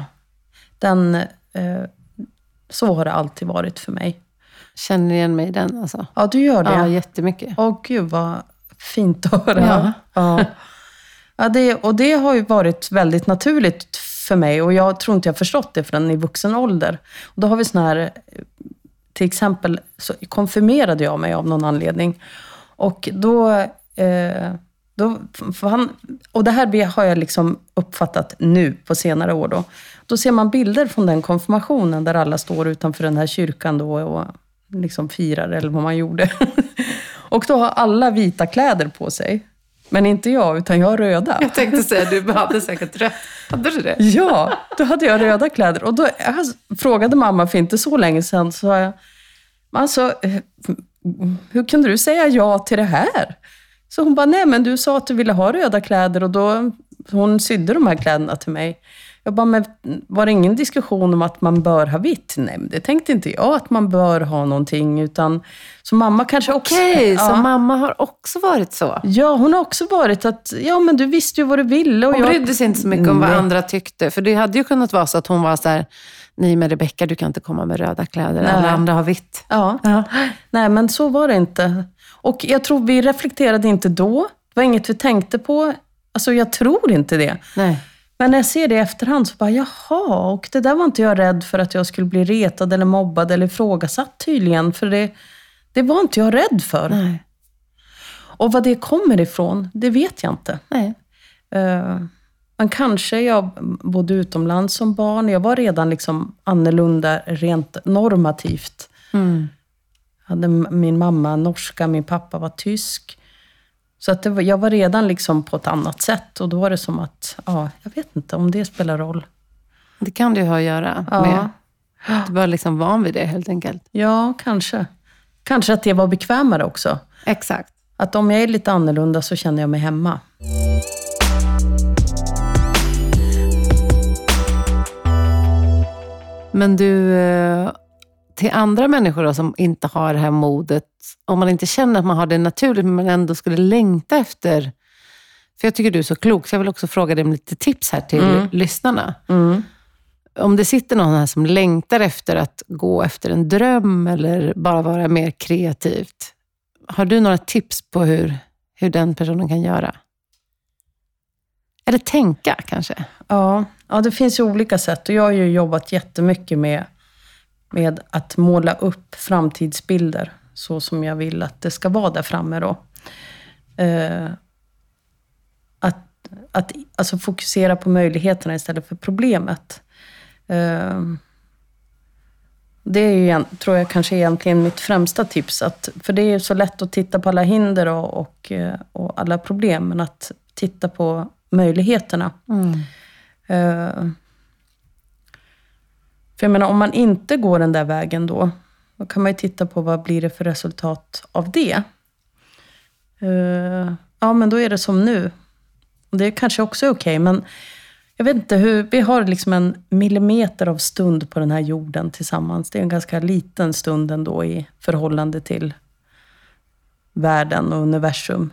Så har det alltid varit för mig. Känner igen mig i den alltså? Ja, du gör det. Ja, jättemycket. Åh gud, vad fint att höra. Ja, det har ju varit väldigt naturligt för mig. Och jag tror inte jag förstått det förrän i vuxen ålder. Och då har vi sån här... Till exempel så konfirmerade jag mig av någon anledning. Och och det här har jag liksom uppfattat nu på senare år då. Då ser man bilder från den konfirmationen där alla står utanför den här kyrkan då och liksom firar eller vad man gjorde. Och då har alla vita kläder på sig. Men inte jag, utan jag har röda. Jag tänkte säga, du hade säkert rätt. Hade du det? Ja, då hade jag röda kläder. Och då frågade mamma för inte så länge sedan, så sa jag, alltså, hur kunde du säga ja till det här? Så hon bara, nej men du sa att du ville ha röda kläder och då hon sydde de här kläderna till mig. Jag bara, men var det ingen diskussion om att man bör ha vitt? Nej, det tänkte inte jag att man bör ha någonting, utan så mamma kanske också... Okej, så mamma har också varit så? Ja, hon har också varit att, ja men du visste ju vad du ville. Och hon brydde sig inte så mycket om vad andra tyckte, för det hade ju kunnat vara så att hon var så här, nej men Rebecka, du kan inte komma med röda kläder, alla andra har vitt. Ja. Nej men så var det inte. Och jag tror vi reflekterade inte då, det var inget vi tänkte på, alltså jag tror inte det. Nej. Men när jag ser det i efterhand så bara, jaha, och det där var inte jag rädd för att jag skulle bli retad eller mobbad eller ifrågasatt tydligen. För det var inte jag rädd för. Nej. Och vad det kommer ifrån, det vet jag inte. Nej. Men kanske jag bodde utomlands som barn. Jag var redan liksom annorlunda rent normativt. Hade min mamma norska, min pappa var tysk. Så att jag var redan liksom på ett annat sätt. Och då var det som att, jag vet inte om det spelar roll. Det kan det ju ha att göra med. Du var liksom van vid det helt enkelt. Ja, kanske. Kanske att det var bekvämare också. Exakt. Att om jag är lite annorlunda så känner jag mig hemma. Men du, till andra människor då, som inte har det här modet, om man inte känner att man har det naturligt men man ändå skulle längta efter, för jag tycker du är så klok, så jag vill också fråga dig om lite tips här till lyssnarna. Om det sitter någon här som längtar efter att gå efter en dröm eller bara vara mer kreativt, har du några tips på hur den personen kan göra? Eller tänka kanske? Ja, det finns ju olika sätt och jag har ju jobbat jättemycket med att måla upp framtidsbilder så som jag vill att det ska vara där framme då. Att alltså fokusera på möjligheterna istället för problemet. Det är ju, tror jag, kanske egentligen mitt främsta tips. För det är så lätt att titta på alla hinder och alla problem, men att titta på möjligheterna. För jag menar, om man inte går den där vägen då kan man ju titta på vad blir det för resultat av det. Men då är det som nu. Och det är kanske också okej, men jag vet inte vi har liksom en millimeter av stund på den här jorden tillsammans. Det är en ganska liten stund ändå i förhållande till världen och universum.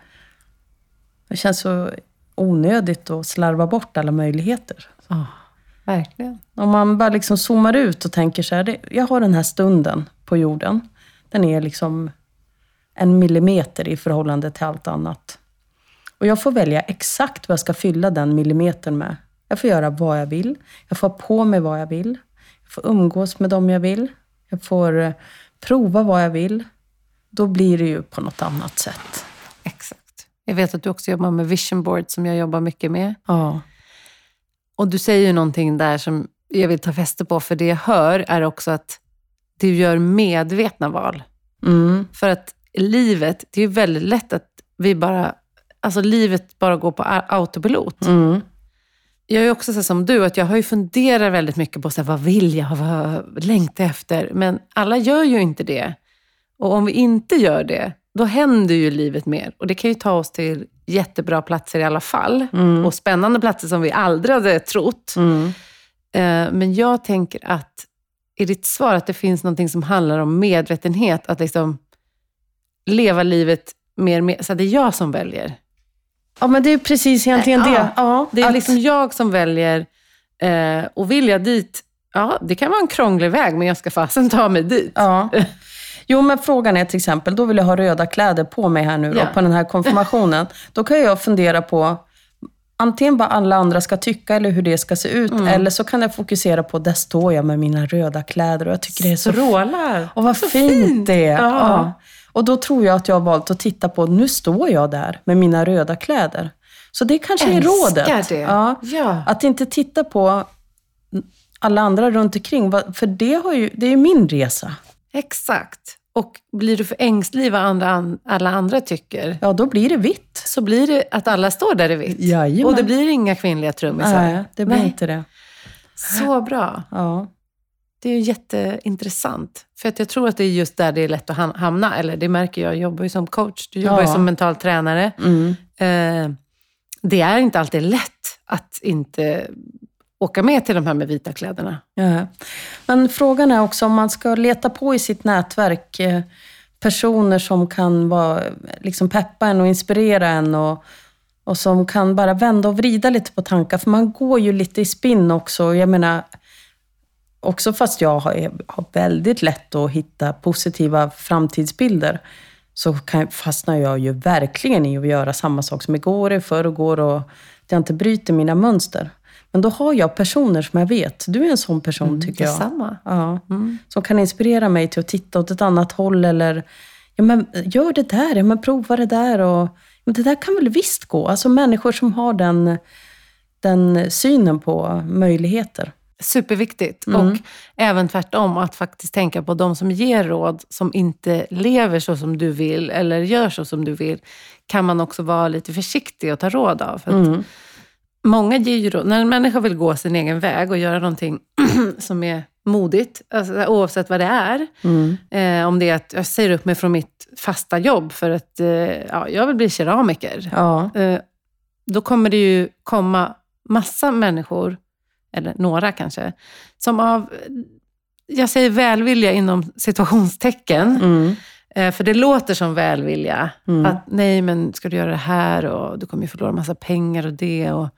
Det känns så onödigt att slarva bort alla möjligheter. Verkligen. Om man bara liksom zoomar ut och tänker så här, jag har den här stunden på jorden. Den är liksom 1 millimeter i förhållande till allt annat. Och jag får välja exakt vad jag ska fylla den millimetern med. Jag får göra vad jag vill. Jag får ha på mig vad jag vill. Jag får umgås med dem jag vill. Jag får prova vad jag vill. Då blir det ju på något annat sätt. Exakt. Jag vet att du också jobbar med vision board som jag jobbar mycket med. Ja. Och du säger ju någonting där som jag vill ta fäste på. För det jag hör är också att du gör medvetna val. Mm. För att livet, det är ju väldigt lätt att vi bara... Alltså livet bara går på autopilot. Mm. Jag är ju också så som du, att jag har ju funderat väldigt mycket på så här, vad vill jag, vad längtar jag efter. Men alla gör ju inte det. Och om vi inte gör det, då händer ju livet mer. Och det kan ju ta oss till jättebra platser i alla fall. Och spännande platser som vi aldrig hade trott. Men jag tänker att i ditt svar att det finns någonting som handlar om medvetenhet. Att liksom leva livet mer så att det är jag som väljer. Ja, men det är precis egentligen det. Ja, det är liksom jag som väljer. Och vill jag dit, ja, det kan vara en krånglig väg, men jag ska fasen ta mig dit. Ja. Jo, men frågan är till exempel, då vill jag ha röda kläder på mig här nu då, på den här konfirmationen. Då kan jag fundera på antingen vad alla andra ska tycka eller hur det ska se ut. Eller så kan jag fokusera på, där står jag med mina röda kläder och jag tycker det är så... Strålar. Och vad så fint det är. Ja. Ja. Och då tror jag att jag har valt att titta på, nu står jag där med mina röda kläder. Så det kanske är rådet. Det. Ja. Att inte titta på alla andra runt omkring. För det är min resa. Exakt. Och blir du för ängslig vad alla andra tycker, ja, då blir det vitt. Så blir det att alla står där i vitt. Jajamän. Och det blir inga kvinnliga trummisar. Nej, det blir inte det. Så bra. Ja. Det är ju jätteintressant. För att jag tror att det är just där det är lätt att hamna. Eller det märker jag jobbar ju som coach. Du jobbar ju som mental tränare. Det är inte alltid lätt att inte åka med till de här med vita kläderna. Ja. Men frågan är också om man ska leta på i sitt nätverk personer som kan vara, liksom peppa en och inspirera en och som kan bara vända och vrida lite på tankar. För man går ju lite i spinn också. Jag menar, också fast jag har väldigt lätt att hitta positiva framtidsbilder, så fastnar jag ju verkligen i att göra samma sak som igår, i förrgår, och jag inte bryter mina mönster. Men då har jag personer som jag vet. Du är en sån person, tycker jag. Detsamma. Ja. Som kan inspirera mig till att titta åt ett annat håll. Eller, ja, men gör det där. Ja, men prova det där. Men det där kan väl visst gå. Alltså människor som har den synen på möjligheter. Superviktigt. Och även tvärtom, att faktiskt tänka på de som ger råd, som inte lever så som du vill eller gör så som du vill, kan man också vara lite försiktig och ta råd av. För att många ger ju råd. När en människa vill gå sin egen väg och göra någonting som är modigt, alltså, oavsett vad det är. Om det är att jag säger upp mig från mitt fasta jobb för att jag vill bli keramiker. Ja. Då kommer det ju komma massa människor, eller några kanske, som av, jag säger välvilja inom situationstecken, för det låter som välvilja, att nej, men ska du göra det här och du kommer ju förlora massa pengar och det och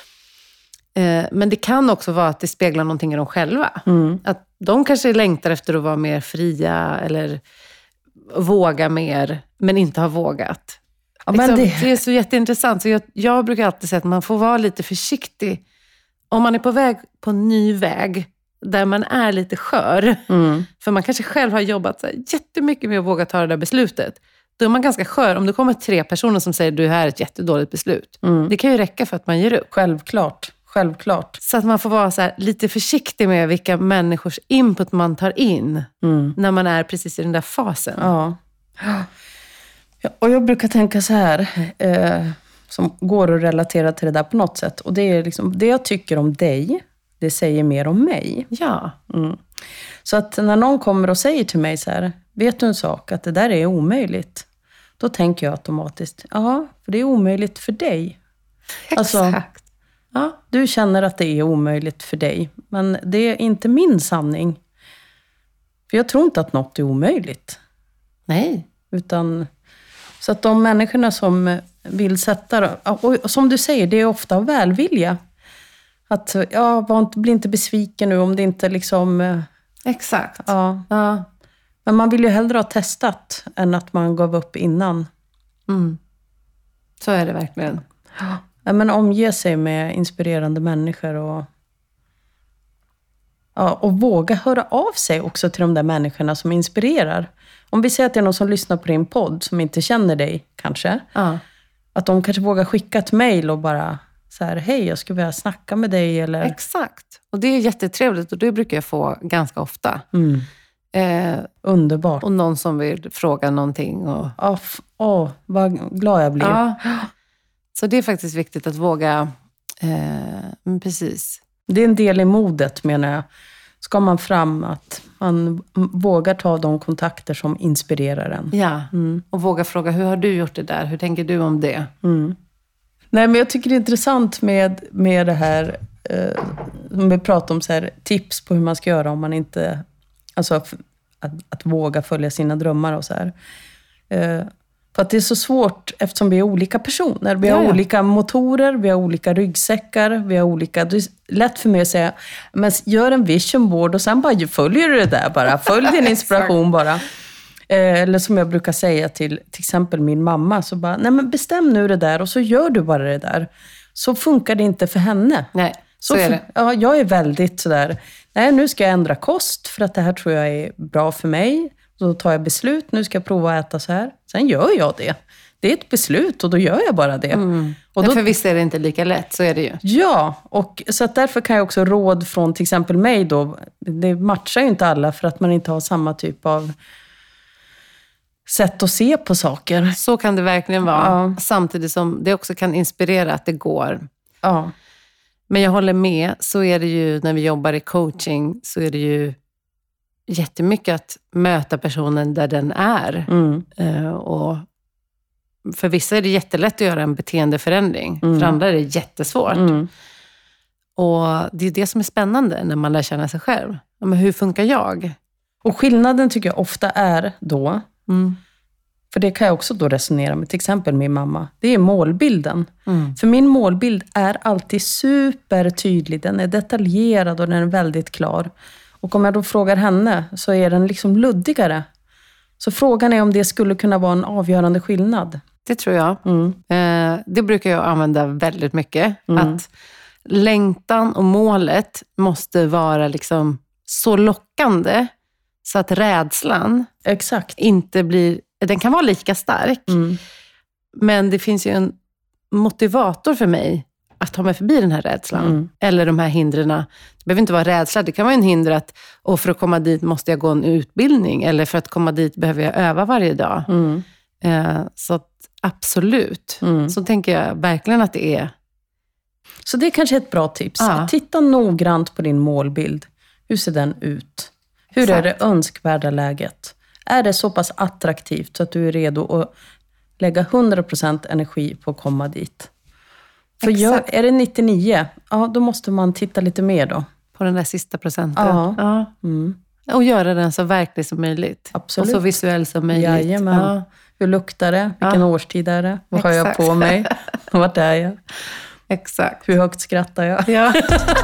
men det kan också vara att det speglar någonting i dem själva, att de kanske längtar efter att vara mer fria eller våga mer, men inte har vågat. Ja, men det är så jätteintressant, så jag brukar alltid säga att man får vara lite försiktig om man är på väg på en ny väg där man är lite skör. För man kanske själv har jobbat så jättemycket med att våga ta det där beslutet. Då är man ganska skör. Om det kommer 3 personer som säger du, här är ett jättedåligt beslut. Det kan ju räcka för att man ger upp. Självklart. Så att man får vara så här, lite försiktig med vilka människors input man tar in när man är precis i den där fasen. Ja, och jag brukar tänka så här, som går att relatera till det där på något sätt. Och det är liksom, det jag tycker om dig, det säger mer om mig. Ja. Så att när någon kommer och säger till mig så här, vet du en sak, att det där är omöjligt. Då tänker jag automatiskt, ja, för det är omöjligt för dig. Alltså, Exakt. Ja. Du känner att det är omöjligt för dig, men det är inte min sanning. För jag tror inte att något är omöjligt. Nej. Utan Så att de människorna som vill sätta, och som du säger, det är ofta välvilja. Att, bli inte besviken nu om det inte liksom... Exakt. Ja. Ja. Men man vill ju hellre ha testat än att man gav upp innan. Så är det verkligen. Ja, men omge sig med inspirerande människor och våga höra av sig också till de där människorna som inspirerar. Om vi säger att det är någon som lyssnar på din podd som inte känner dig kanske. Ja. Att de kanske vågar skicka ett mejl och bara så här, hej, jag skulle vilja snacka med dig. Eller... Exakt. Och det är jättetrevligt och det brukar jag få ganska ofta. Underbart. Och någon som vill fråga någonting. Vad glad jag blir. Ja. Så det är faktiskt viktigt att våga. Precis. Det är en del i modet, menar jag. Ska man fram att man vågar ta de kontakter som inspirerar en. Ja, och våga fråga, hur har du gjort det där? Hur tänker du om det? Nej, men jag tycker det är intressant med det här, om vi pratar om så här, tips på hur man ska göra om man inte, alltså att våga följa sina drömmar och så här. För att det är så svårt eftersom vi är olika personer. Vi har olika motorer, vi har olika ryggsäckar, vi har olika... Det är lätt för mig att säga, men gör en vision board och sen bara följer du det där bara. Följ din inspiration bara. Eller som jag brukar säga till exempel min mamma, så bara, nej men bestäm nu det där och så gör du bara det där. Så funkar det inte för henne. Nej, så är det. Ja, jag är väldigt sådär, nej nu ska jag ändra kost för att det här tror jag är bra för mig. Då tar jag beslut, nu ska jag prova att äta så här. Sen gör jag det. Det är ett beslut och då gör jag bara det. Och då, för visst är det inte lika lätt, så är det ju. Ja, och så att därför kan jag också råd från till exempel mig då. Det matchar ju inte alla för att man inte har samma typ av sätt att se på saker. Så kan det verkligen vara. Ja. Samtidigt som det också kan inspirera att det går. Ja. Men jag håller med, så är det ju när vi jobbar i coaching, så är det ju jättemycket att möta personen där den är. Och för vissa är det jättelätt att göra en beteendeförändring. För andra är det jättesvårt. Och det är det som är spännande när man lär känna sig själv. Men hur funkar jag? Och skillnaden tycker jag ofta är då, för det kan jag också då resonera med till exempel min mamma, det är målbilden. För min målbild är alltid supertydlig, den är detaljerad och den är väldigt klar. Och om jag då frågar henne så är den liksom luddigare. Så frågan är om det skulle kunna vara en avgörande skillnad. Det tror jag. Det brukar jag använda väldigt mycket. Att längtan och målet måste vara liksom så lockande så att rädslan inte blir... Den kan vara lika stark. Men det finns ju en motivator för mig att ta mig förbi den här rädslan. Eller de här hindren. Det behöver inte vara rädsla. Det kan vara en hinder att för att komma dit måste jag gå en utbildning. Eller för att komma dit behöver jag öva varje dag. Så att, absolut. Så tänker jag verkligen att det är. Så det är kanske ett bra tips. Ja. Titta noggrant på din målbild. Hur ser den ut? Hur är det önskvärda läget? Är det så pass attraktivt så att du är redo att lägga 100% energi på att komma dit? För är det 99, då måste man titta lite mer då. På den där sista procenten. Ja. Och göra den så verklig som möjligt. Absolut. Och så visuell som möjligt. Jajamän. Ja. Hur luktar det? Vilken årstid är det? Vad har jag på mig? Vart är jag? Exakt. Hur högt skrattar jag? Ja.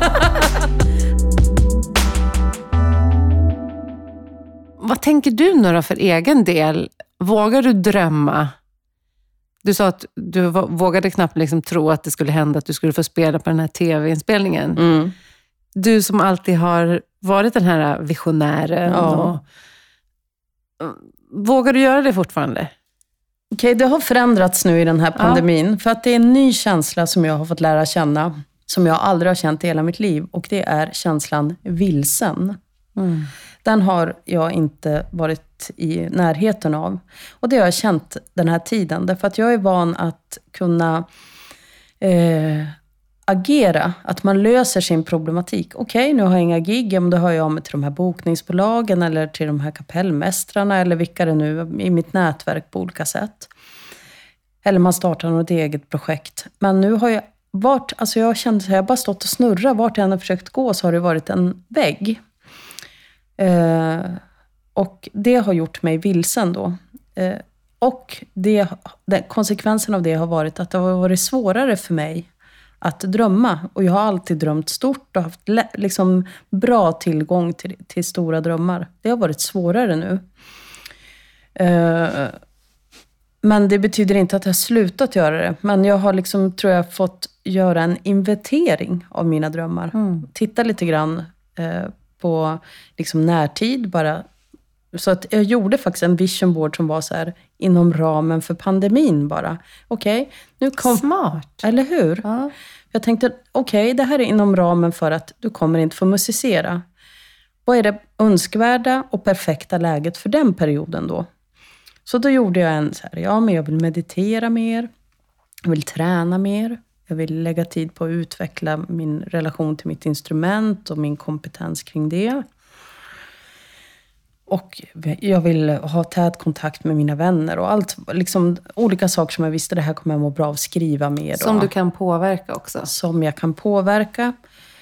Vad tänker du nu då för egen del? Vågar du drömma? Du sa att du vågade knappt liksom tro att det skulle hända, att du skulle få spela på den här tv-inspelningen. Du som alltid har varit den här visionären. Ja. Vågar du göra det fortfarande? Okej, det har förändrats nu i den här pandemin. För att det är en ny känsla som jag har fått lära känna. Som jag aldrig har känt i hela mitt liv. Och det är känslan vilsen. Den har jag inte varit i närheten av. Och det har jag känt den här tiden. Därför att jag är van att kunna agera. Att man löser sin problematik. Okej, nu har jag inga gig. Men då hör jag av mig till de här bokningsbolagen. Eller till de här kapellmästrarna. Eller vilka det nu i mitt nätverk på olika sätt. Eller man startar något eget projekt. Men nu har jag jag kände att jag bara stått och snurrat. Vart jag än har försökt gå så har det varit en vägg. Och det har gjort mig vilsen då. Och konsekvensen av det har varit att det har varit svårare för mig att drömma. Och jag har alltid drömt stort och haft liksom bra tillgång till stora drömmar. Det har varit svårare nu. Men det betyder inte att jag har slutat göra det. Men jag har liksom, tror jag, fått göra en inventering av mina drömmar. Titta lite grann på liksom närtid bara. Så att jag gjorde faktiskt en vision board som var så här inom ramen för pandemin bara. Okej, nu kom... Smart. Eller hur? Ja. Jag tänkte, okej, det här är inom ramen för att du kommer inte få musicera. Vad är det önskvärda och perfekta läget för den perioden då? Så då gjorde jag en så här, men jag vill meditera mer. Jag vill träna mer. Jag vill lägga tid på att utveckla min relation till mitt instrument och min kompetens kring det. Och jag vill ha tät kontakt med mina vänner och allt, liksom olika saker som jag visste, det här kommer jag må bra av, skriva mer. Som du kan påverka också. Som jag kan påverka.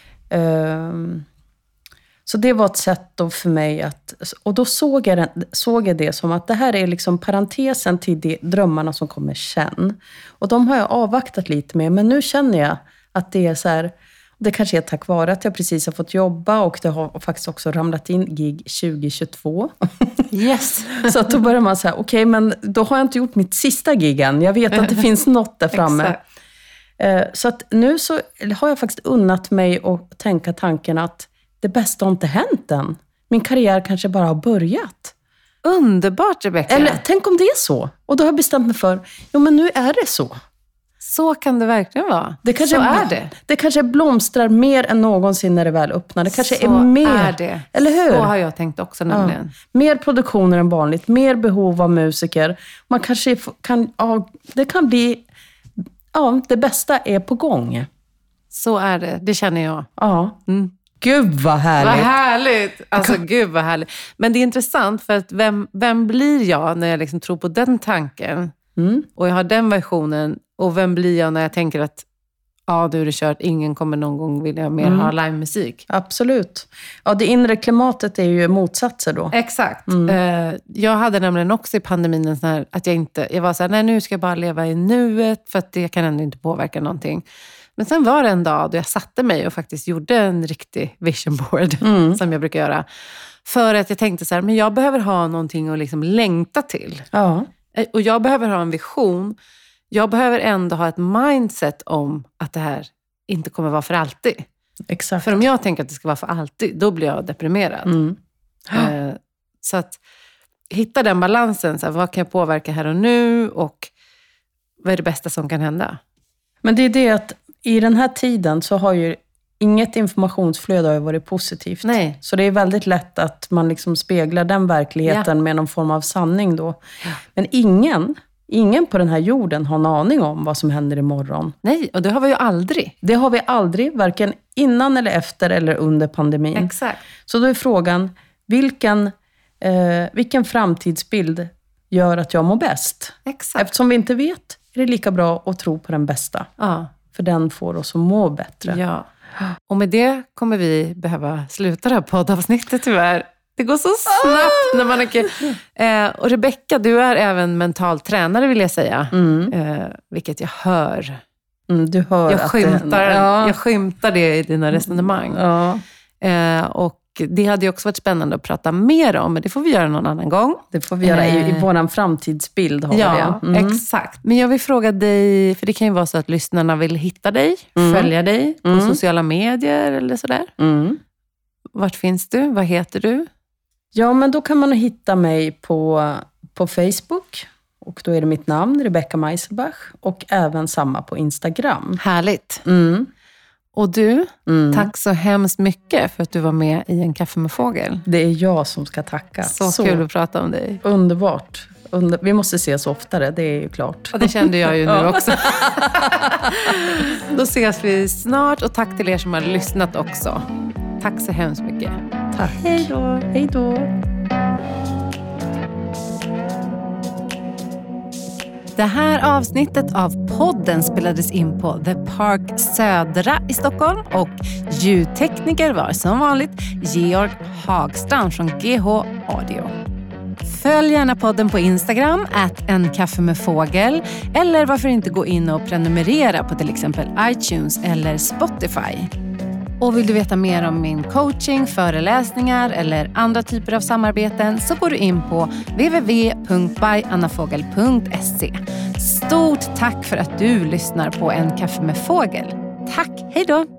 Så det var ett sätt då för mig att, och då såg jag det som att det här är liksom parentesen till de drömmarna som kommer sen. Och de har jag avvaktat lite med, men nu känner jag att det är så här, det kanske är tack vare att jag precis har fått jobba och det har faktiskt också ramlat in gig 2022. Yes. Så att då börjar man säga, okej, men då har jag inte gjort mitt sista gig än. Jag vet att det finns något där framme. Så att nu så har jag faktiskt unnat mig att tänka tanken att det bästa har inte hänt än. Min karriär kanske bara har börjat. Underbart, Rebecka. Eller tänk om det är så. Och då har jag bestämt mig för, men nu är det så. Så kan det verkligen vara. Det kanske så är det. Det kanske blomstrar mer än någonsin när det väl öppnar. Det kanske så är mer. Är det. Eller hur? Så har jag tänkt också nämligen. Ja. Mer produktioner än vanligt. Mer behov av musiker. Man kanske kan... Ja, det kan bli... Ja, det bästa är på gång. Så är det. Det känner jag. Ja. Mm. Gud vad härligt. Vad härligt. Alltså gud vad härligt. Men det är intressant för att vem blir jag när jag liksom tror på den tanken? Och jag har den versionen. Och vem blir jag när jag tänker att du är det kört, ingen kommer någon gång vilja mer ha livemusik. Absolut. Ja, det inre klimatet är ju motsatser då. Exakt. Jag hade nämligen också i pandemin en sån här, att jag var så här, nej nu ska jag bara leva i nuet för att det kan ändå inte påverka någonting. Men sen var det en dag då jag satte mig och faktiskt gjorde en riktig vision board som jag brukar göra. För att jag tänkte så här, men jag behöver ha någonting att liksom längta till. Ja. Och jag behöver ha en vision. Jag behöver ändå ha ett mindset om att det här inte kommer vara för alltid. Exakt. För om jag tänker att det ska vara för alltid, då blir jag deprimerad. Så att hitta den balansen. Så här, vad kan jag påverka här och nu? Och vad är det bästa som kan hända? Men det är det att i den här tiden så har ju inget informationsflöde har varit positivt. Nej. Så det är väldigt lätt att man liksom speglar den verkligheten med någon form av sanning då. Ja. Men ingen på den här jorden har en aning om vad som händer imorgon. Nej, och det har vi ju aldrig. Det har vi aldrig, varken innan eller efter eller under pandemin. Exakt. Så då är frågan, vilken framtidsbild gör att jag mår bäst? Exakt. Eftersom vi inte vet är det lika bra att tro på den bästa. Ja. För den får oss att må bättre. Ja. Och med det kommer vi behöva sluta det här poddavsnittet tyvärr. Det går så snabbt när man är... och Rebecka, du är även mental tränare vill jag säga. Vilket jag hör. Du hör jag skymtar det i dina resonemang. Ja. Och det hade ju också varit spännande att prata mer om. Men det får vi göra någon annan gång. Det får vi göra i vår framtidsbild. Har vi det. Exakt. Men jag vill fråga dig, för det kan ju vara så att lyssnarna vill hitta dig, följa dig på sociala medier eller sådär. Vart finns du? Vad heter du? Ja, men då kan man hitta mig på Facebook. Och då är det mitt namn, Rebecka Meiselbach. Och även samma på Instagram. Härligt. Och du, tack så hemskt mycket för att du var med i En kaffe med fågel. Det är jag som ska tacka. Så kul att prata om dig. Underbart. Vi måste ses oftare, det är ju klart. Ja, det kände jag ju nu också. Då ses vi snart och tack till er som har lyssnat också. Tack så hemskt mycket. Tack. Hej då. Hej då. Det här avsnittet av podden spelades in på The Park Södra i Stockholm och ljudtekniker var som vanligt Georg Hagstrand från GH Audio. Följ gärna podden på Instagram @enkaffemedfågel, eller varför inte gå in och prenumerera på till exempel iTunes eller Spotify. Och vill du veta mer om min coaching, föreläsningar eller andra typer av samarbeten så går du in på www.byannafogel.se. Stort tack för att du lyssnar på En kaffe med fågel. Tack, hej då!